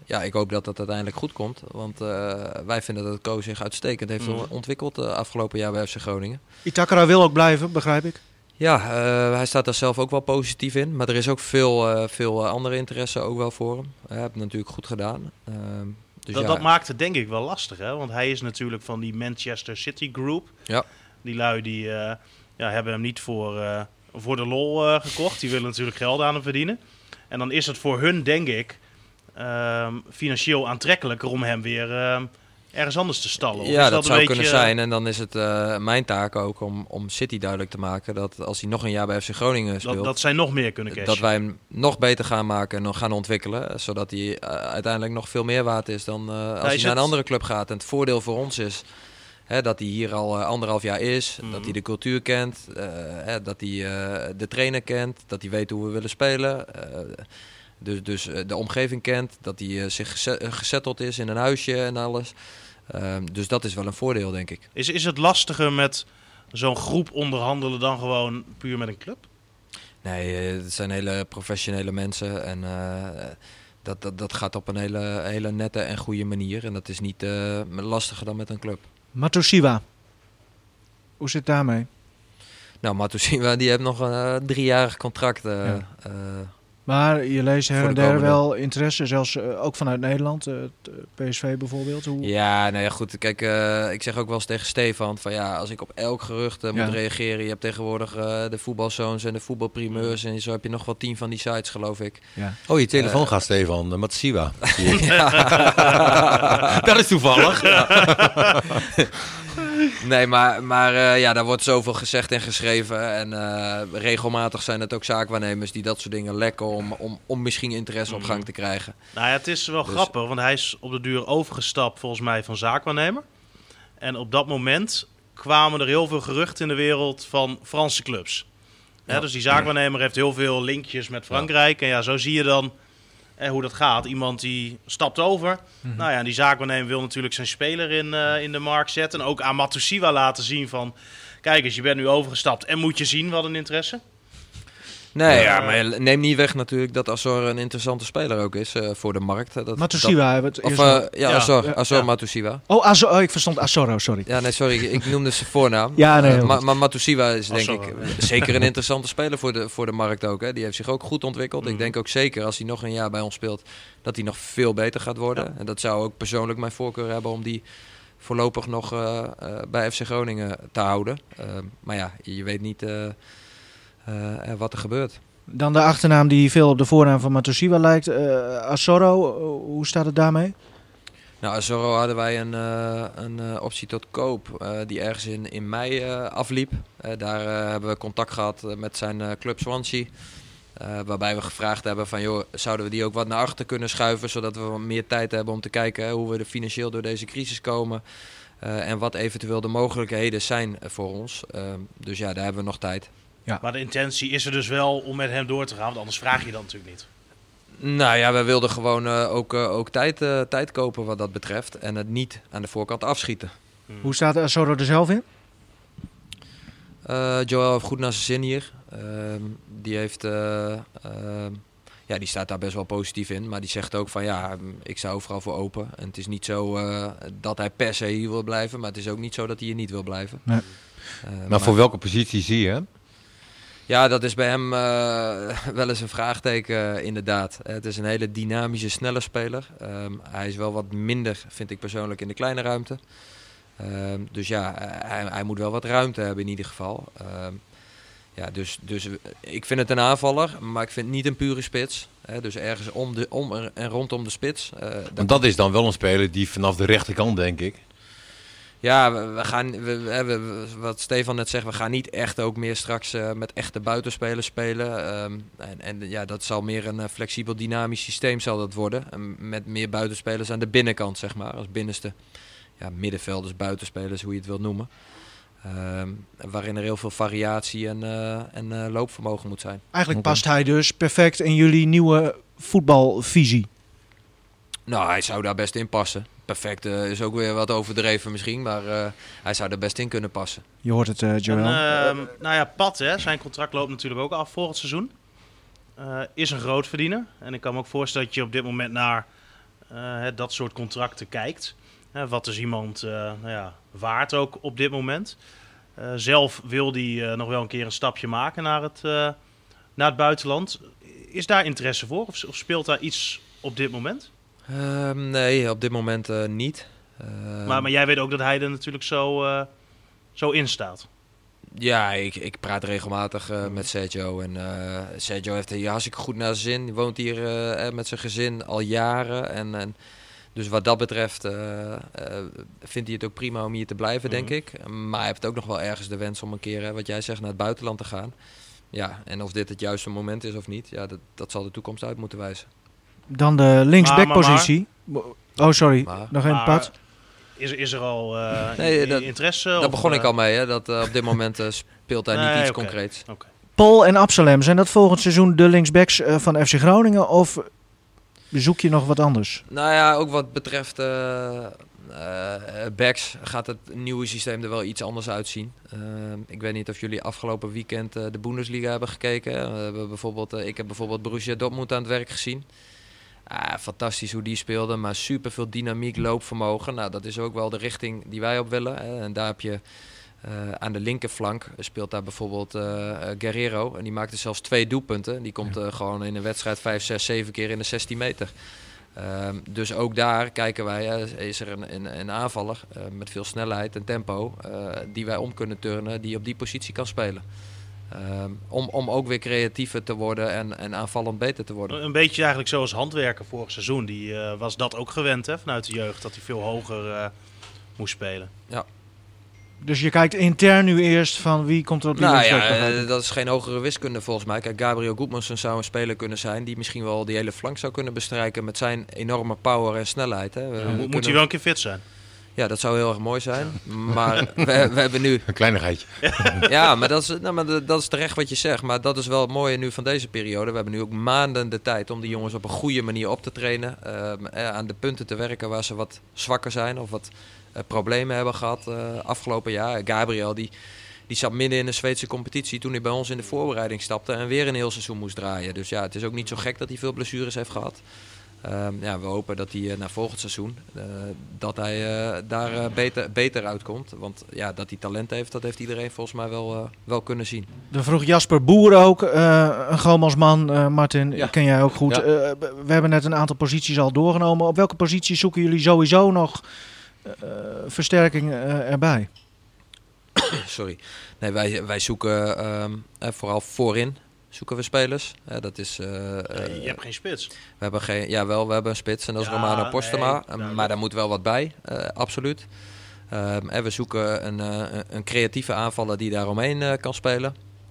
ja, ik hoop dat dat uiteindelijk goed komt. Want wij vinden dat Ko zich uitstekend heeft ontwikkeld afgelopen jaar bij FC Groningen. Itakara wil ook blijven, begrijp ik. Ja, hij staat daar zelf ook wel positief in. Maar er is ook veel andere interesse ook wel voor hem. Hij heeft het natuurlijk goed gedaan. Dus dat maakt het denk ik wel lastig, hè? Want hij is natuurlijk van die Manchester City Group. Ja. Die lui die hebben hem niet voor de lol gekocht. Die willen natuurlijk geld aan hem verdienen. En dan is het voor hun, denk ik, financieel aantrekkelijker om hem weer ergens anders te stallen. Of ja, dat zou beetje kunnen zijn. En dan is het mijn taak ook om City duidelijk te maken dat als hij nog een jaar bij FC Groningen speelt, dat zij nog meer kunnen cashen. Dat wij hem nog beter gaan maken en nog gaan ontwikkelen. Zodat hij uiteindelijk nog veel meer waard is dan als hij naar een andere club gaat. En het voordeel voor ons is dat hij hier al 1,5 jaar is. Dat hij de cultuur kent. Dat hij de trainer kent. Dat hij weet hoe we willen spelen. Dus de omgeving kent. Dat hij zich gezetteld is in een huisje en alles. Dus dat is wel een voordeel, denk ik. Is het lastiger met zo'n groep onderhandelen dan gewoon puur met een club? Nee, het zijn hele professionele mensen. En dat gaat op een hele nette en goede manier. En dat is niet lastiger dan met een club. Matosiwa, hoe zit het daarmee? Nou, Matosiwa die heeft nog een 3-jarig contract. Maar je leest her voor en de der komende. wel interesse, zelfs ook vanuit Nederland. PSV bijvoorbeeld. Ja, nou ja, goed. Kijk, ik zeg ook wel eens tegen Stefan van ja, als ik op elk gerucht moet reageren. Je hebt tegenwoordig de voetbalzoons en de voetbalprimeurs. En zo heb je nog wel 10 van die sites, geloof ik. Ja. Oh, je telefoon gaat, Stefan. Matosiwa. Dat is toevallig. Nee, maar ja, daar wordt zoveel gezegd en geschreven. En regelmatig zijn het ook zaakwaarnemers die dat soort dingen lekken om misschien interesse op gang te krijgen. Nou ja, het is wel grappig, want hij is op de duur overgestapt volgens mij van zaakwaarnemer. En op dat moment kwamen er heel veel geruchten in de wereld van Franse clubs. Ja, dus die zaakwaarnemer heeft heel veel linkjes met Frankrijk. En ja, zo zie je dan hoe dat gaat. Iemand die stapt over. Nou ja, die zaakwaarnemer wil natuurlijk zijn speler in de markt zetten. En ook aan Matosiwa laten zien van, kijk eens, je bent nu overgestapt en moet je zien wat een interesse. Nee, ja, maar neem niet weg natuurlijk dat Azor een interessante speler ook is voor de markt. Matosiwa hebben we het eerst Azor Matosiwa. Oh, ik verstond Azorro, sorry. Ja, nee, sorry, ik noemde zijn voornaam. Ja, nee, maar Matosiwa is denk Azorro, ik zeker een interessante speler voor de markt ook. Hè. Die heeft zich ook goed ontwikkeld. Ik denk ook zeker als hij nog een jaar bij ons speelt, dat hij nog veel beter gaat worden. Ja. En dat zou ook persoonlijk mijn voorkeur hebben om die voorlopig nog bij FC Groningen te houden. Maar ja, je weet niet wat er gebeurt. Dan de achternaam die veel op de voornaam van Matosiwa lijkt. Azorro, hoe staat het daarmee? Nou, Azorro hadden wij een optie tot koop die ergens in mei afliep. Daar hebben we contact gehad met zijn club Swansea. Waarbij we gevraagd hebben van, joh, zouden we die ook wat naar achter kunnen schuiven, zodat we wat meer tijd hebben om te kijken hoe we er financieel door deze crisis komen. En wat eventueel de mogelijkheden zijn voor ons. Dus ja, daar hebben we nog tijd. Ja. Maar de intentie is er dus wel om met hem door te gaan, want anders vraag je dan natuurlijk niet. Nou ja, we wilden gewoon ook tijd kopen wat dat betreft. En het niet aan de voorkant afschieten. Hoe staat Azorro er zelf in? Joël heeft goed naar zijn zin hier. Die staat daar best wel positief in. Maar die zegt ook van ja, ik sta overal voor open. En het is niet zo dat hij per se hier wil blijven. Maar het is ook niet zo dat hij hier niet wil blijven. Nee. Maar voor welke positie zie je hem? Ja, dat is bij hem wel eens een vraagteken inderdaad. Het is een hele dynamische, snelle speler. Hij is wel wat minder, vind ik persoonlijk, in de kleine ruimte. Dus ja, hij moet wel wat ruimte hebben in ieder geval. Dus ik vind het een aanvaller, maar ik vind het niet een pure spits. Dus ergens om en rondom de spits. Want dat is dan wel een speler die vanaf de rechterkant, denk ik. Ja, wat Stefan net zegt, we gaan niet echt ook meer straks met echte buitenspelers spelen. Ja, dat zal meer een flexibel dynamisch systeem zal dat worden. Met meer buitenspelers aan de binnenkant, zeg maar. Als binnenste middenvelders, buitenspelers, hoe je het wilt noemen. Waarin er heel veel variatie en loopvermogen moet zijn. Eigenlijk past hij dus perfect in jullie nieuwe voetbalvisie. Nou, hij zou daar best in passen. Perfect is ook weer wat overdreven misschien, maar hij zou er best in kunnen passen. Je hoort het, Joël. Nou ja, Pat, zijn contract loopt natuurlijk ook af volgend seizoen. Is een grootverdiener. En ik kan me ook voorstellen dat je op dit moment naar dat soort contracten kijkt. Wat is iemand waard ook op dit moment? Zelf wil hij nog wel een keer een stapje maken naar het buitenland. Is daar interesse voor of speelt daar iets op dit moment? Nee, op dit moment niet. Maar jij weet ook dat hij er natuurlijk zo in staat. Ja, ik praat regelmatig met Sergio. En Sergio heeft hier hartstikke goed naar zijn zin. Hij woont hier met zijn gezin al jaren. En dus wat dat betreft vindt hij het ook prima om hier te blijven, denk ik. Maar hij heeft ook nog wel ergens de wens om een keer, wat jij zegt, naar het buitenland te gaan. Ja, en of dit het juiste moment is of niet, ja, dat zal de toekomst uit moeten wijzen. Dan de linksbackpositie. Oh, sorry. Nog een pad. Is er al interesse? Daar begon ik al mee, hè, dat op dit moment speelt hij niet iets concreets. Okay. Paul en Absalem, zijn dat volgend seizoen de linksbacks van FC Groningen of zoek je nog wat anders? Nou ja, ook wat betreft backs gaat het nieuwe systeem er wel iets anders uitzien. Ik weet niet of jullie afgelopen weekend de Bundesliga hebben gekeken. Ik heb bijvoorbeeld Borussia Dortmund aan het werk gezien. Fantastisch hoe die speelden, maar super veel dynamiek, loopvermogen. Nou, dat is ook wel de richting die wij op willen. En daar heb je aan de linkerflank speelt daar bijvoorbeeld Guerrero. En die maakte zelfs 2 doelpunten. Die komt gewoon in een wedstrijd 5, 6, 7 keer in de 16 meter. Dus ook daar kijken wij, is er een aanvaller met veel snelheid en tempo die wij om kunnen turnen, die op die positie kan spelen. Om ook weer creatiever te worden en aanvallend beter te worden. Een beetje eigenlijk zoals Handwerker vorig seizoen. Die was dat ook gewend vanuit de jeugd, dat hij veel hoger moest spelen. Ja. Dus je kijkt intern nu eerst van wie komt er op die linksback? Dat is geen hogere wiskunde volgens mij. Kijk, Gabriel Goedmanson zou een speler kunnen zijn die misschien wel die hele flank zou kunnen bestrijken met zijn enorme power en snelheid. Hè. Moet hij wel een keer fit zijn? Ja, dat zou heel erg mooi zijn. Maar we hebben nu... Een kleinigheidje. Ja, maar dat is terecht wat je zegt. Maar dat is wel het mooie nu van deze periode. We hebben nu ook maanden de tijd om die jongens op een goede manier op te trainen. Aan de punten te werken waar ze wat zwakker zijn of wat problemen hebben gehad afgelopen jaar. Gabriel, die zat midden in de Zweedse competitie toen hij bij ons in de voorbereiding stapte en weer een heel seizoen moest draaien. Dus ja, het is ook niet zo gek dat hij veel blessures heeft gehad. We hopen dat hij naar volgend seizoen dat hij daar beter uitkomt. Want ja, dat hij talent heeft, dat heeft iedereen volgens mij wel kunnen zien. Dan vroeg Jasper Boer ook, een Gomansman, Martin, ken jij ook goed. Ja. We hebben net een aantal posities al doorgenomen. Op welke positie zoeken jullie sowieso nog versterking erbij? Sorry. Nee, wij zoeken vooral voorin. Zoeken we spelers. Dat is, je hebt geen spits. We hebben een spits en dat is Romano Postema. Maar daar moet wel wat bij, absoluut. En we zoeken een creatieve aanvaller die daaromheen kan spelen.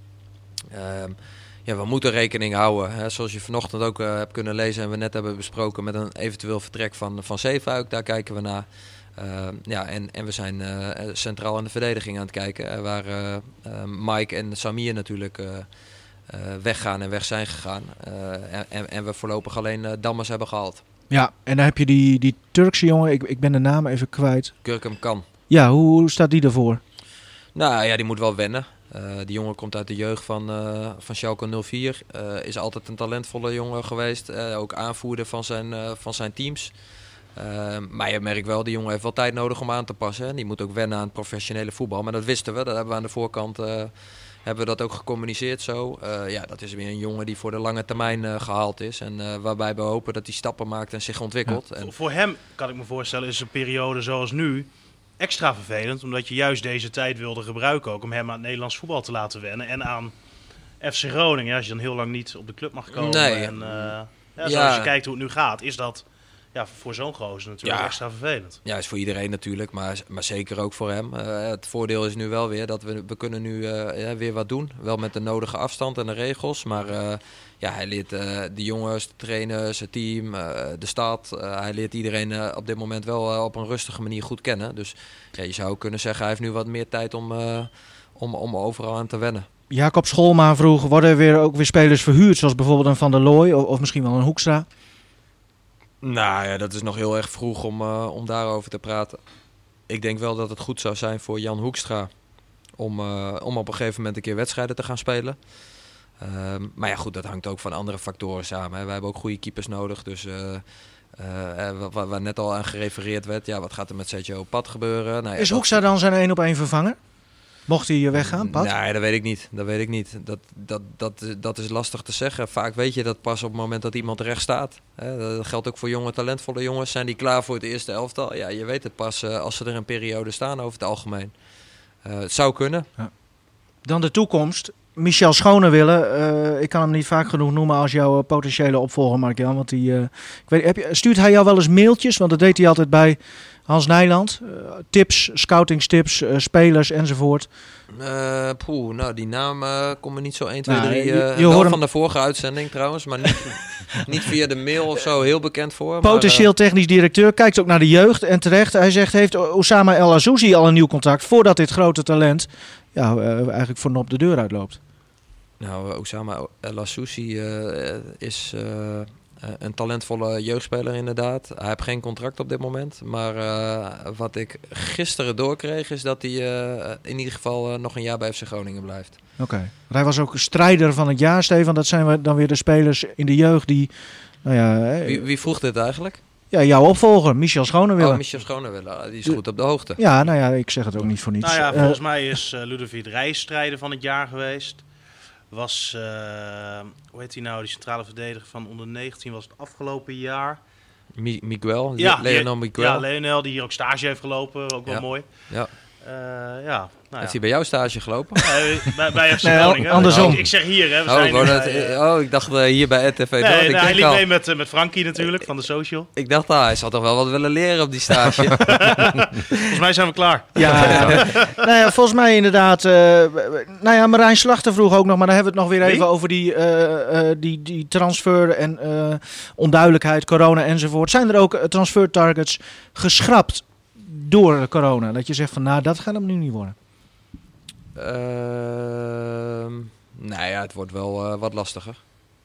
We moeten rekening houden, zoals je vanochtend ook hebt kunnen lezen en we net hebben besproken, met een eventueel vertrek van Zeefuik. Daar kijken we naar. En we zijn centraal in de verdediging aan het kijken. Waar Mike en Samir natuurlijk weggaan en weg zijn gegaan. En we voorlopig alleen Dammers hebben gehaald. Ja, en dan heb je die Turkse jongen, ik ben de naam even kwijt. Gürkem Kan. Ja, hoe staat die ervoor? Nou ja, die moet wel wennen. Die jongen komt uit de jeugd van Schalke 04. Is altijd een talentvolle jongen geweest. Ook aanvoerder van zijn teams. Maar je merkt wel, die jongen heeft wel tijd nodig om aan te passen. Hè. Die moet ook wennen aan het professionele voetbal. Maar dat wisten we, dat hebben we aan de voorkant hebben we dat ook gecommuniceerd zo. Dat is weer een jongen die voor de lange termijn gehaald is. En waarbij we hopen dat hij stappen maakt en zich ontwikkelt. Ja. Voor hem, kan ik me voorstellen, is een periode zoals nu extra vervelend. Omdat je juist deze tijd wilde gebruiken ook om hem aan het Nederlands voetbal te laten wennen. En aan FC Groningen, als je dan heel lang niet op de club mag komen. Nee. En zoals je kijkt hoe het nu gaat, is dat voor zo'n gozer natuurlijk extra vervelend. Ja, is voor iedereen natuurlijk, maar zeker ook voor hem. Het voordeel is nu wel weer dat we kunnen nu weer wat doen. Wel met de nodige afstand en de regels, maar hij leert de jongens, de trainers, het team, de stad. Hij leert iedereen op dit moment wel op een rustige manier goed kennen. Dus je zou kunnen zeggen, hij heeft nu wat meer tijd om overal aan te wennen. Jacob Scholma vroeg, worden er ook weer spelers verhuurd, zoals bijvoorbeeld een Van der Looy of misschien wel een Hoekstra? Nou ja, dat is nog heel erg vroeg om daarover te praten. Ik denk wel dat het goed zou zijn voor Jan Hoekstra om op een gegeven moment een keer wedstrijden te gaan spelen. Maar ja goed, dat hangt ook van andere factoren samen. Hè. Wij hebben ook goede keepers nodig, dus Waar net al aan gerefereerd werd. Ja, wat gaat er met Sergio Pat gebeuren? Nou, ja, Is Hoekstra dan zijn 1-op-1 vervanger? Mocht hij weggaan, Pat? Nee, dat weet ik niet. Dat is lastig te zeggen. Vaak weet je dat pas op het moment dat iemand recht staat. Dat geldt ook voor jonge, talentvolle jongens. Zijn die klaar voor het eerste elftal? Ja, je weet het pas als ze er een periode staan over het algemeen. Het zou kunnen. Ja. Dan de toekomst. Michel Schonewille, ik kan hem niet vaak genoeg noemen als jouw potentiële opvolger, Mark-Jan. Want stuurt hij jou wel eens mailtjes? Want dat deed hij altijd bij Hans Nijland. Tips, scoutingstips, spelers enzovoort. Die naam komt me niet zo 1, 2, Nou, 3. je hoort hem- van de vorige uitzending trouwens, maar niet via de mail of zo heel bekend voor. Potentieel technisch directeur, kijkt ook naar de jeugd en terecht. Hij zegt, heeft Oussama El Azouzi al een nieuw contract voordat dit grote talent eigenlijk voor Nop de deur uitloopt? Nou, Oussama El Azouzi is een talentvolle jeugdspeler inderdaad. Hij heeft geen contract op dit moment. Maar wat ik gisteren doorkreeg is dat hij in ieder geval nog een jaar bij FC Groningen blijft. Oké. Hij was ook strijder van het jaar, Stefan. Dat zijn dan weer de spelers in de jeugd die... Wie vroeg dit eigenlijk? Ja, jouw opvolger, Michel Schonewille. Oh, Michel Schonewille. Die is goed op de hoogte. Ja, ik zeg het ook niet voor niets. Nou ja, volgens mij is Ludovic Reis strijder van het jaar geweest. Was, hoe heet hij nou, die centrale verdediger van onder 19 was het afgelopen jaar. Miguel, Ja, Leonel Miguel. Ja, Leonel die hier ook stage heeft gelopen, ook wel mooi. Ja. Heeft hij bij jou stage gelopen? Bij FC Groningen. Andersom. Ik zeg hier, hè. Ik dacht hier bij RTV Noord. Hij liep mee met Frankie natuurlijk, van de Social. Ik dacht, hij zal toch wel wat willen leren op die stage. Volgens mij zijn we klaar. Ja, volgens mij inderdaad. Marijn Slachter vroeg ook nog, maar dan hebben we het nog weer even over die transfer en onduidelijkheid, corona enzovoort. Zijn er ook transfertargets geschrapt door corona? Dat je zegt van, dat gaat hem nu niet worden. Het wordt wel wat lastiger.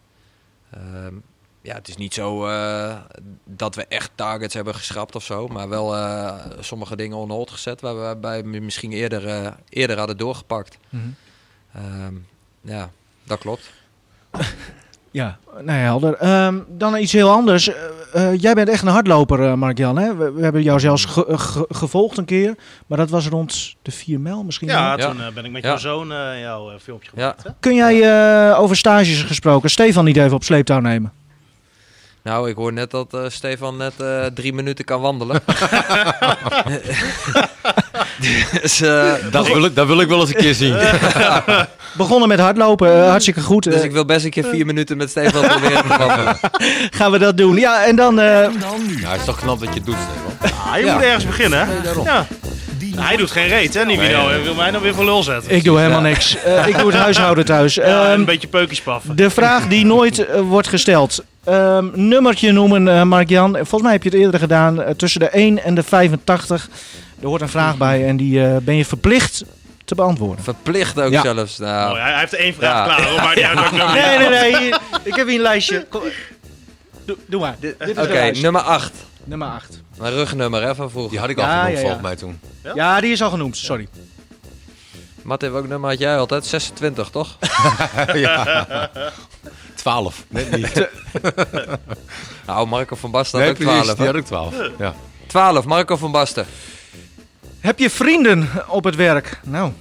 Het is niet zo dat we echt targets hebben geschrapt of zo. Maar wel sommige dingen on hold gezet waarbij we misschien eerder hadden doorgepakt. Mm-hmm. Dat klopt. Ja, helder. Dan iets heel anders. Jij bent echt een hardloper, Mark-Jan. Hè? We hebben jou zelfs gevolgd een keer. Maar dat was rond de 4 mijl misschien. Ja, toen ben ik met jouw zoon jouw filmpje gemaakt. Ja. Kun jij over stages gesproken Stefan niet even op sleeptouw nemen? Nou, ik hoor net dat Stefan net 3 minuten kan wandelen. Dus, dat wil ik wel eens een keer zien. Begonnen met hardlopen, hartstikke goed. Dus ik wil best een keer 4 minuten met Stefan proberen te wandelen. Gaan we dat doen. Ja, en dan... Ja, het is toch knap dat je het doet, Stefan. Je moet ergens beginnen, hè? Ja. Hij doet geen reet, hè, Nivino? Hij wil mij nou weer voor lul zetten. Ik doe helemaal niks. Ik doe het huishouden thuis. Een beetje peukjes paffen. De vraag die nooit wordt gesteld. Nummertje noemen, Mark-Jan. Volgens mij heb je het eerder gedaan. Tussen de 1 en de 85. Er hoort een vraag bij en die ben je verplicht te beantwoorden. Verplicht ook zelfs. Nou. Hij heeft 1 vraag klaar, hoor. Maar die uit Nee. Ik heb hier een lijstje. Kom. Doe maar. Dit is Oké, nummer 8. Nummer 8. Mijn rugnummer, hè, van vroeger. Die had ik al genoemd volgens mij toen. Ja, die is al genoemd. Sorry. Matt, welk nummer had jij altijd? 26, toch? Ja. 12. Net niet. Nou, Marco van Basten had ook 12. Die had ook 12. Ja. 12, Marco van Basten. Heb je vrienden op het werk? Nou.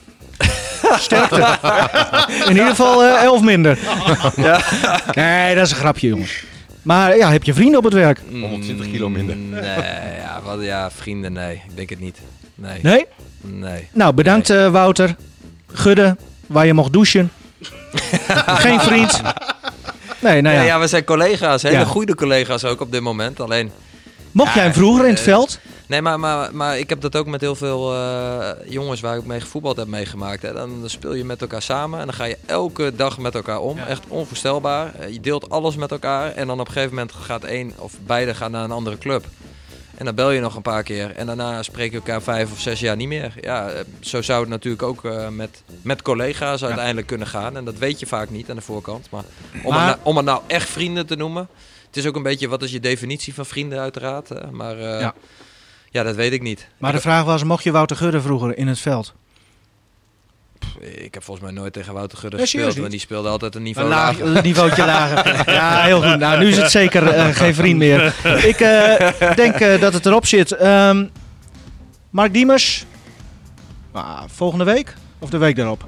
Sterkte. In ieder geval 11 minder. Ja. Nee, dat is een grapje, jongens. Maar heb je vrienden op het werk? 120 kilo minder. Nee, vrienden, nee. Ik denk het niet. Nee? Nee. Nou, bedankt Wouter. Gudde, waar je mocht douchen. Geen vriend. Nee, nou ja. Ja, we zijn collega's. Hele goede collega's ook op dit moment. Alleen... Mocht jij hem vroeger in het veld? Nee, maar ik heb dat ook met heel veel jongens waar ik mee gevoetbald heb meegemaakt. Hè. Dan speel je met elkaar samen en dan ga je elke dag met elkaar om. Ja. Echt onvoorstelbaar. Je deelt alles met elkaar en dan op een gegeven moment gaat één of beide gaan naar een andere club. En dan bel je nog een paar keer en daarna spreek je elkaar 5 of 6 jaar niet meer. Ja, zo zou het natuurlijk ook met collega's uiteindelijk kunnen gaan. En dat weet je vaak niet aan de voorkant. Maar om het nou echt vrienden te noemen. Het is ook een beetje, wat is je definitie van vrienden uiteraard. Maar ja, dat weet ik niet. Maar de vraag was, mocht je Wouter Gudde vroeger in het veld? Ik heb volgens mij nooit tegen Wouter Gudde Ja, serieus gespeeld. niet? Want die speelde altijd een niveau Een lager. niveautje lager. Ja, heel goed. Nou, nu is het zeker geen vriend meer. Ik denk dat het erop zit. Mark Diemers. Volgende week? Of de week daarop?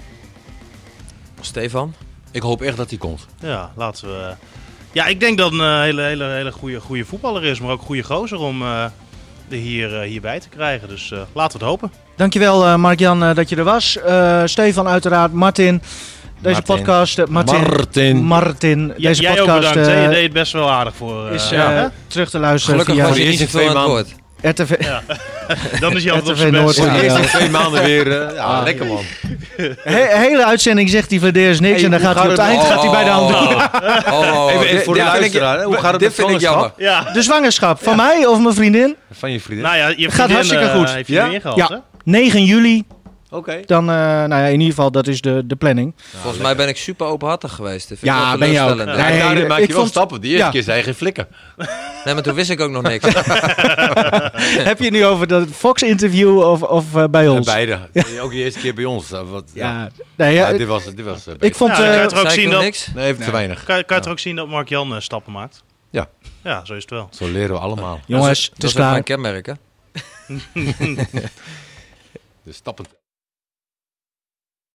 Stefan? Ik hoop echt dat hij komt. Ja, laten we... Ja, ik denk dat een hele goede voetballer is, maar ook een goede gozer om er hierbij te krijgen. Dus laten we het hopen. Dankjewel Mark-Jan dat je er was. Stefan uiteraard, Martin. Deze Martin. podcast... Martin. Deze Jij podcast ook bedankt, hè? Je deed het best wel aardig voor... is ja. terug te luisteren Gelukkig was via je niet eerste zoveel aan 2 het woord. RTV. Dan is hij altijd op RTV zijn best. Noord. Voor de Ja. eerste 2 maanden weer. Lekker man. Hele uitzending zegt hij van er is niks. Hey, en dan hoe gaat hij op het gaat eind het? gaat hij bij de hand doen. Even voor de luisteraar, hè? Hoe gaat het Dit met vind ik jammer. zwangerschap? Ja. De zwangerschap van mij of mijn vriendin? Van je vriendin? Nou ja, je Gaat vriendin, hartstikke goed. heeft je Ja? ingehaald, Ja. hè? 9 juli. Oké. Dan, nou ja, in ieder geval, dat is de planning. Volgens mij ben ik super openhartig geweest. Dat vind ik Ja, wel ben je ook. teleurstellend. Nee, Daarin maak ik je wel vond- stappen. De eerste ja. keer zei je geen flikker. Nee, maar toen wist ik ook nog niks. Heb je het nu over dat Fox-interview of bij ons? Beide. Ook de eerste keer bij ons. Ja, nee, ja, Dit was beter. ik vond... Ja, dan kan je toch ook Zei ik zien nog dat... niks? Nee, even te weinig. Kan je er ook zien dat Mark-Jan stappen maakt? Ja. Ja, zo is het wel. Zo leren we allemaal. jongens, het Dat is is ook klaar. mijn kenmerk, hè? Dus stappen.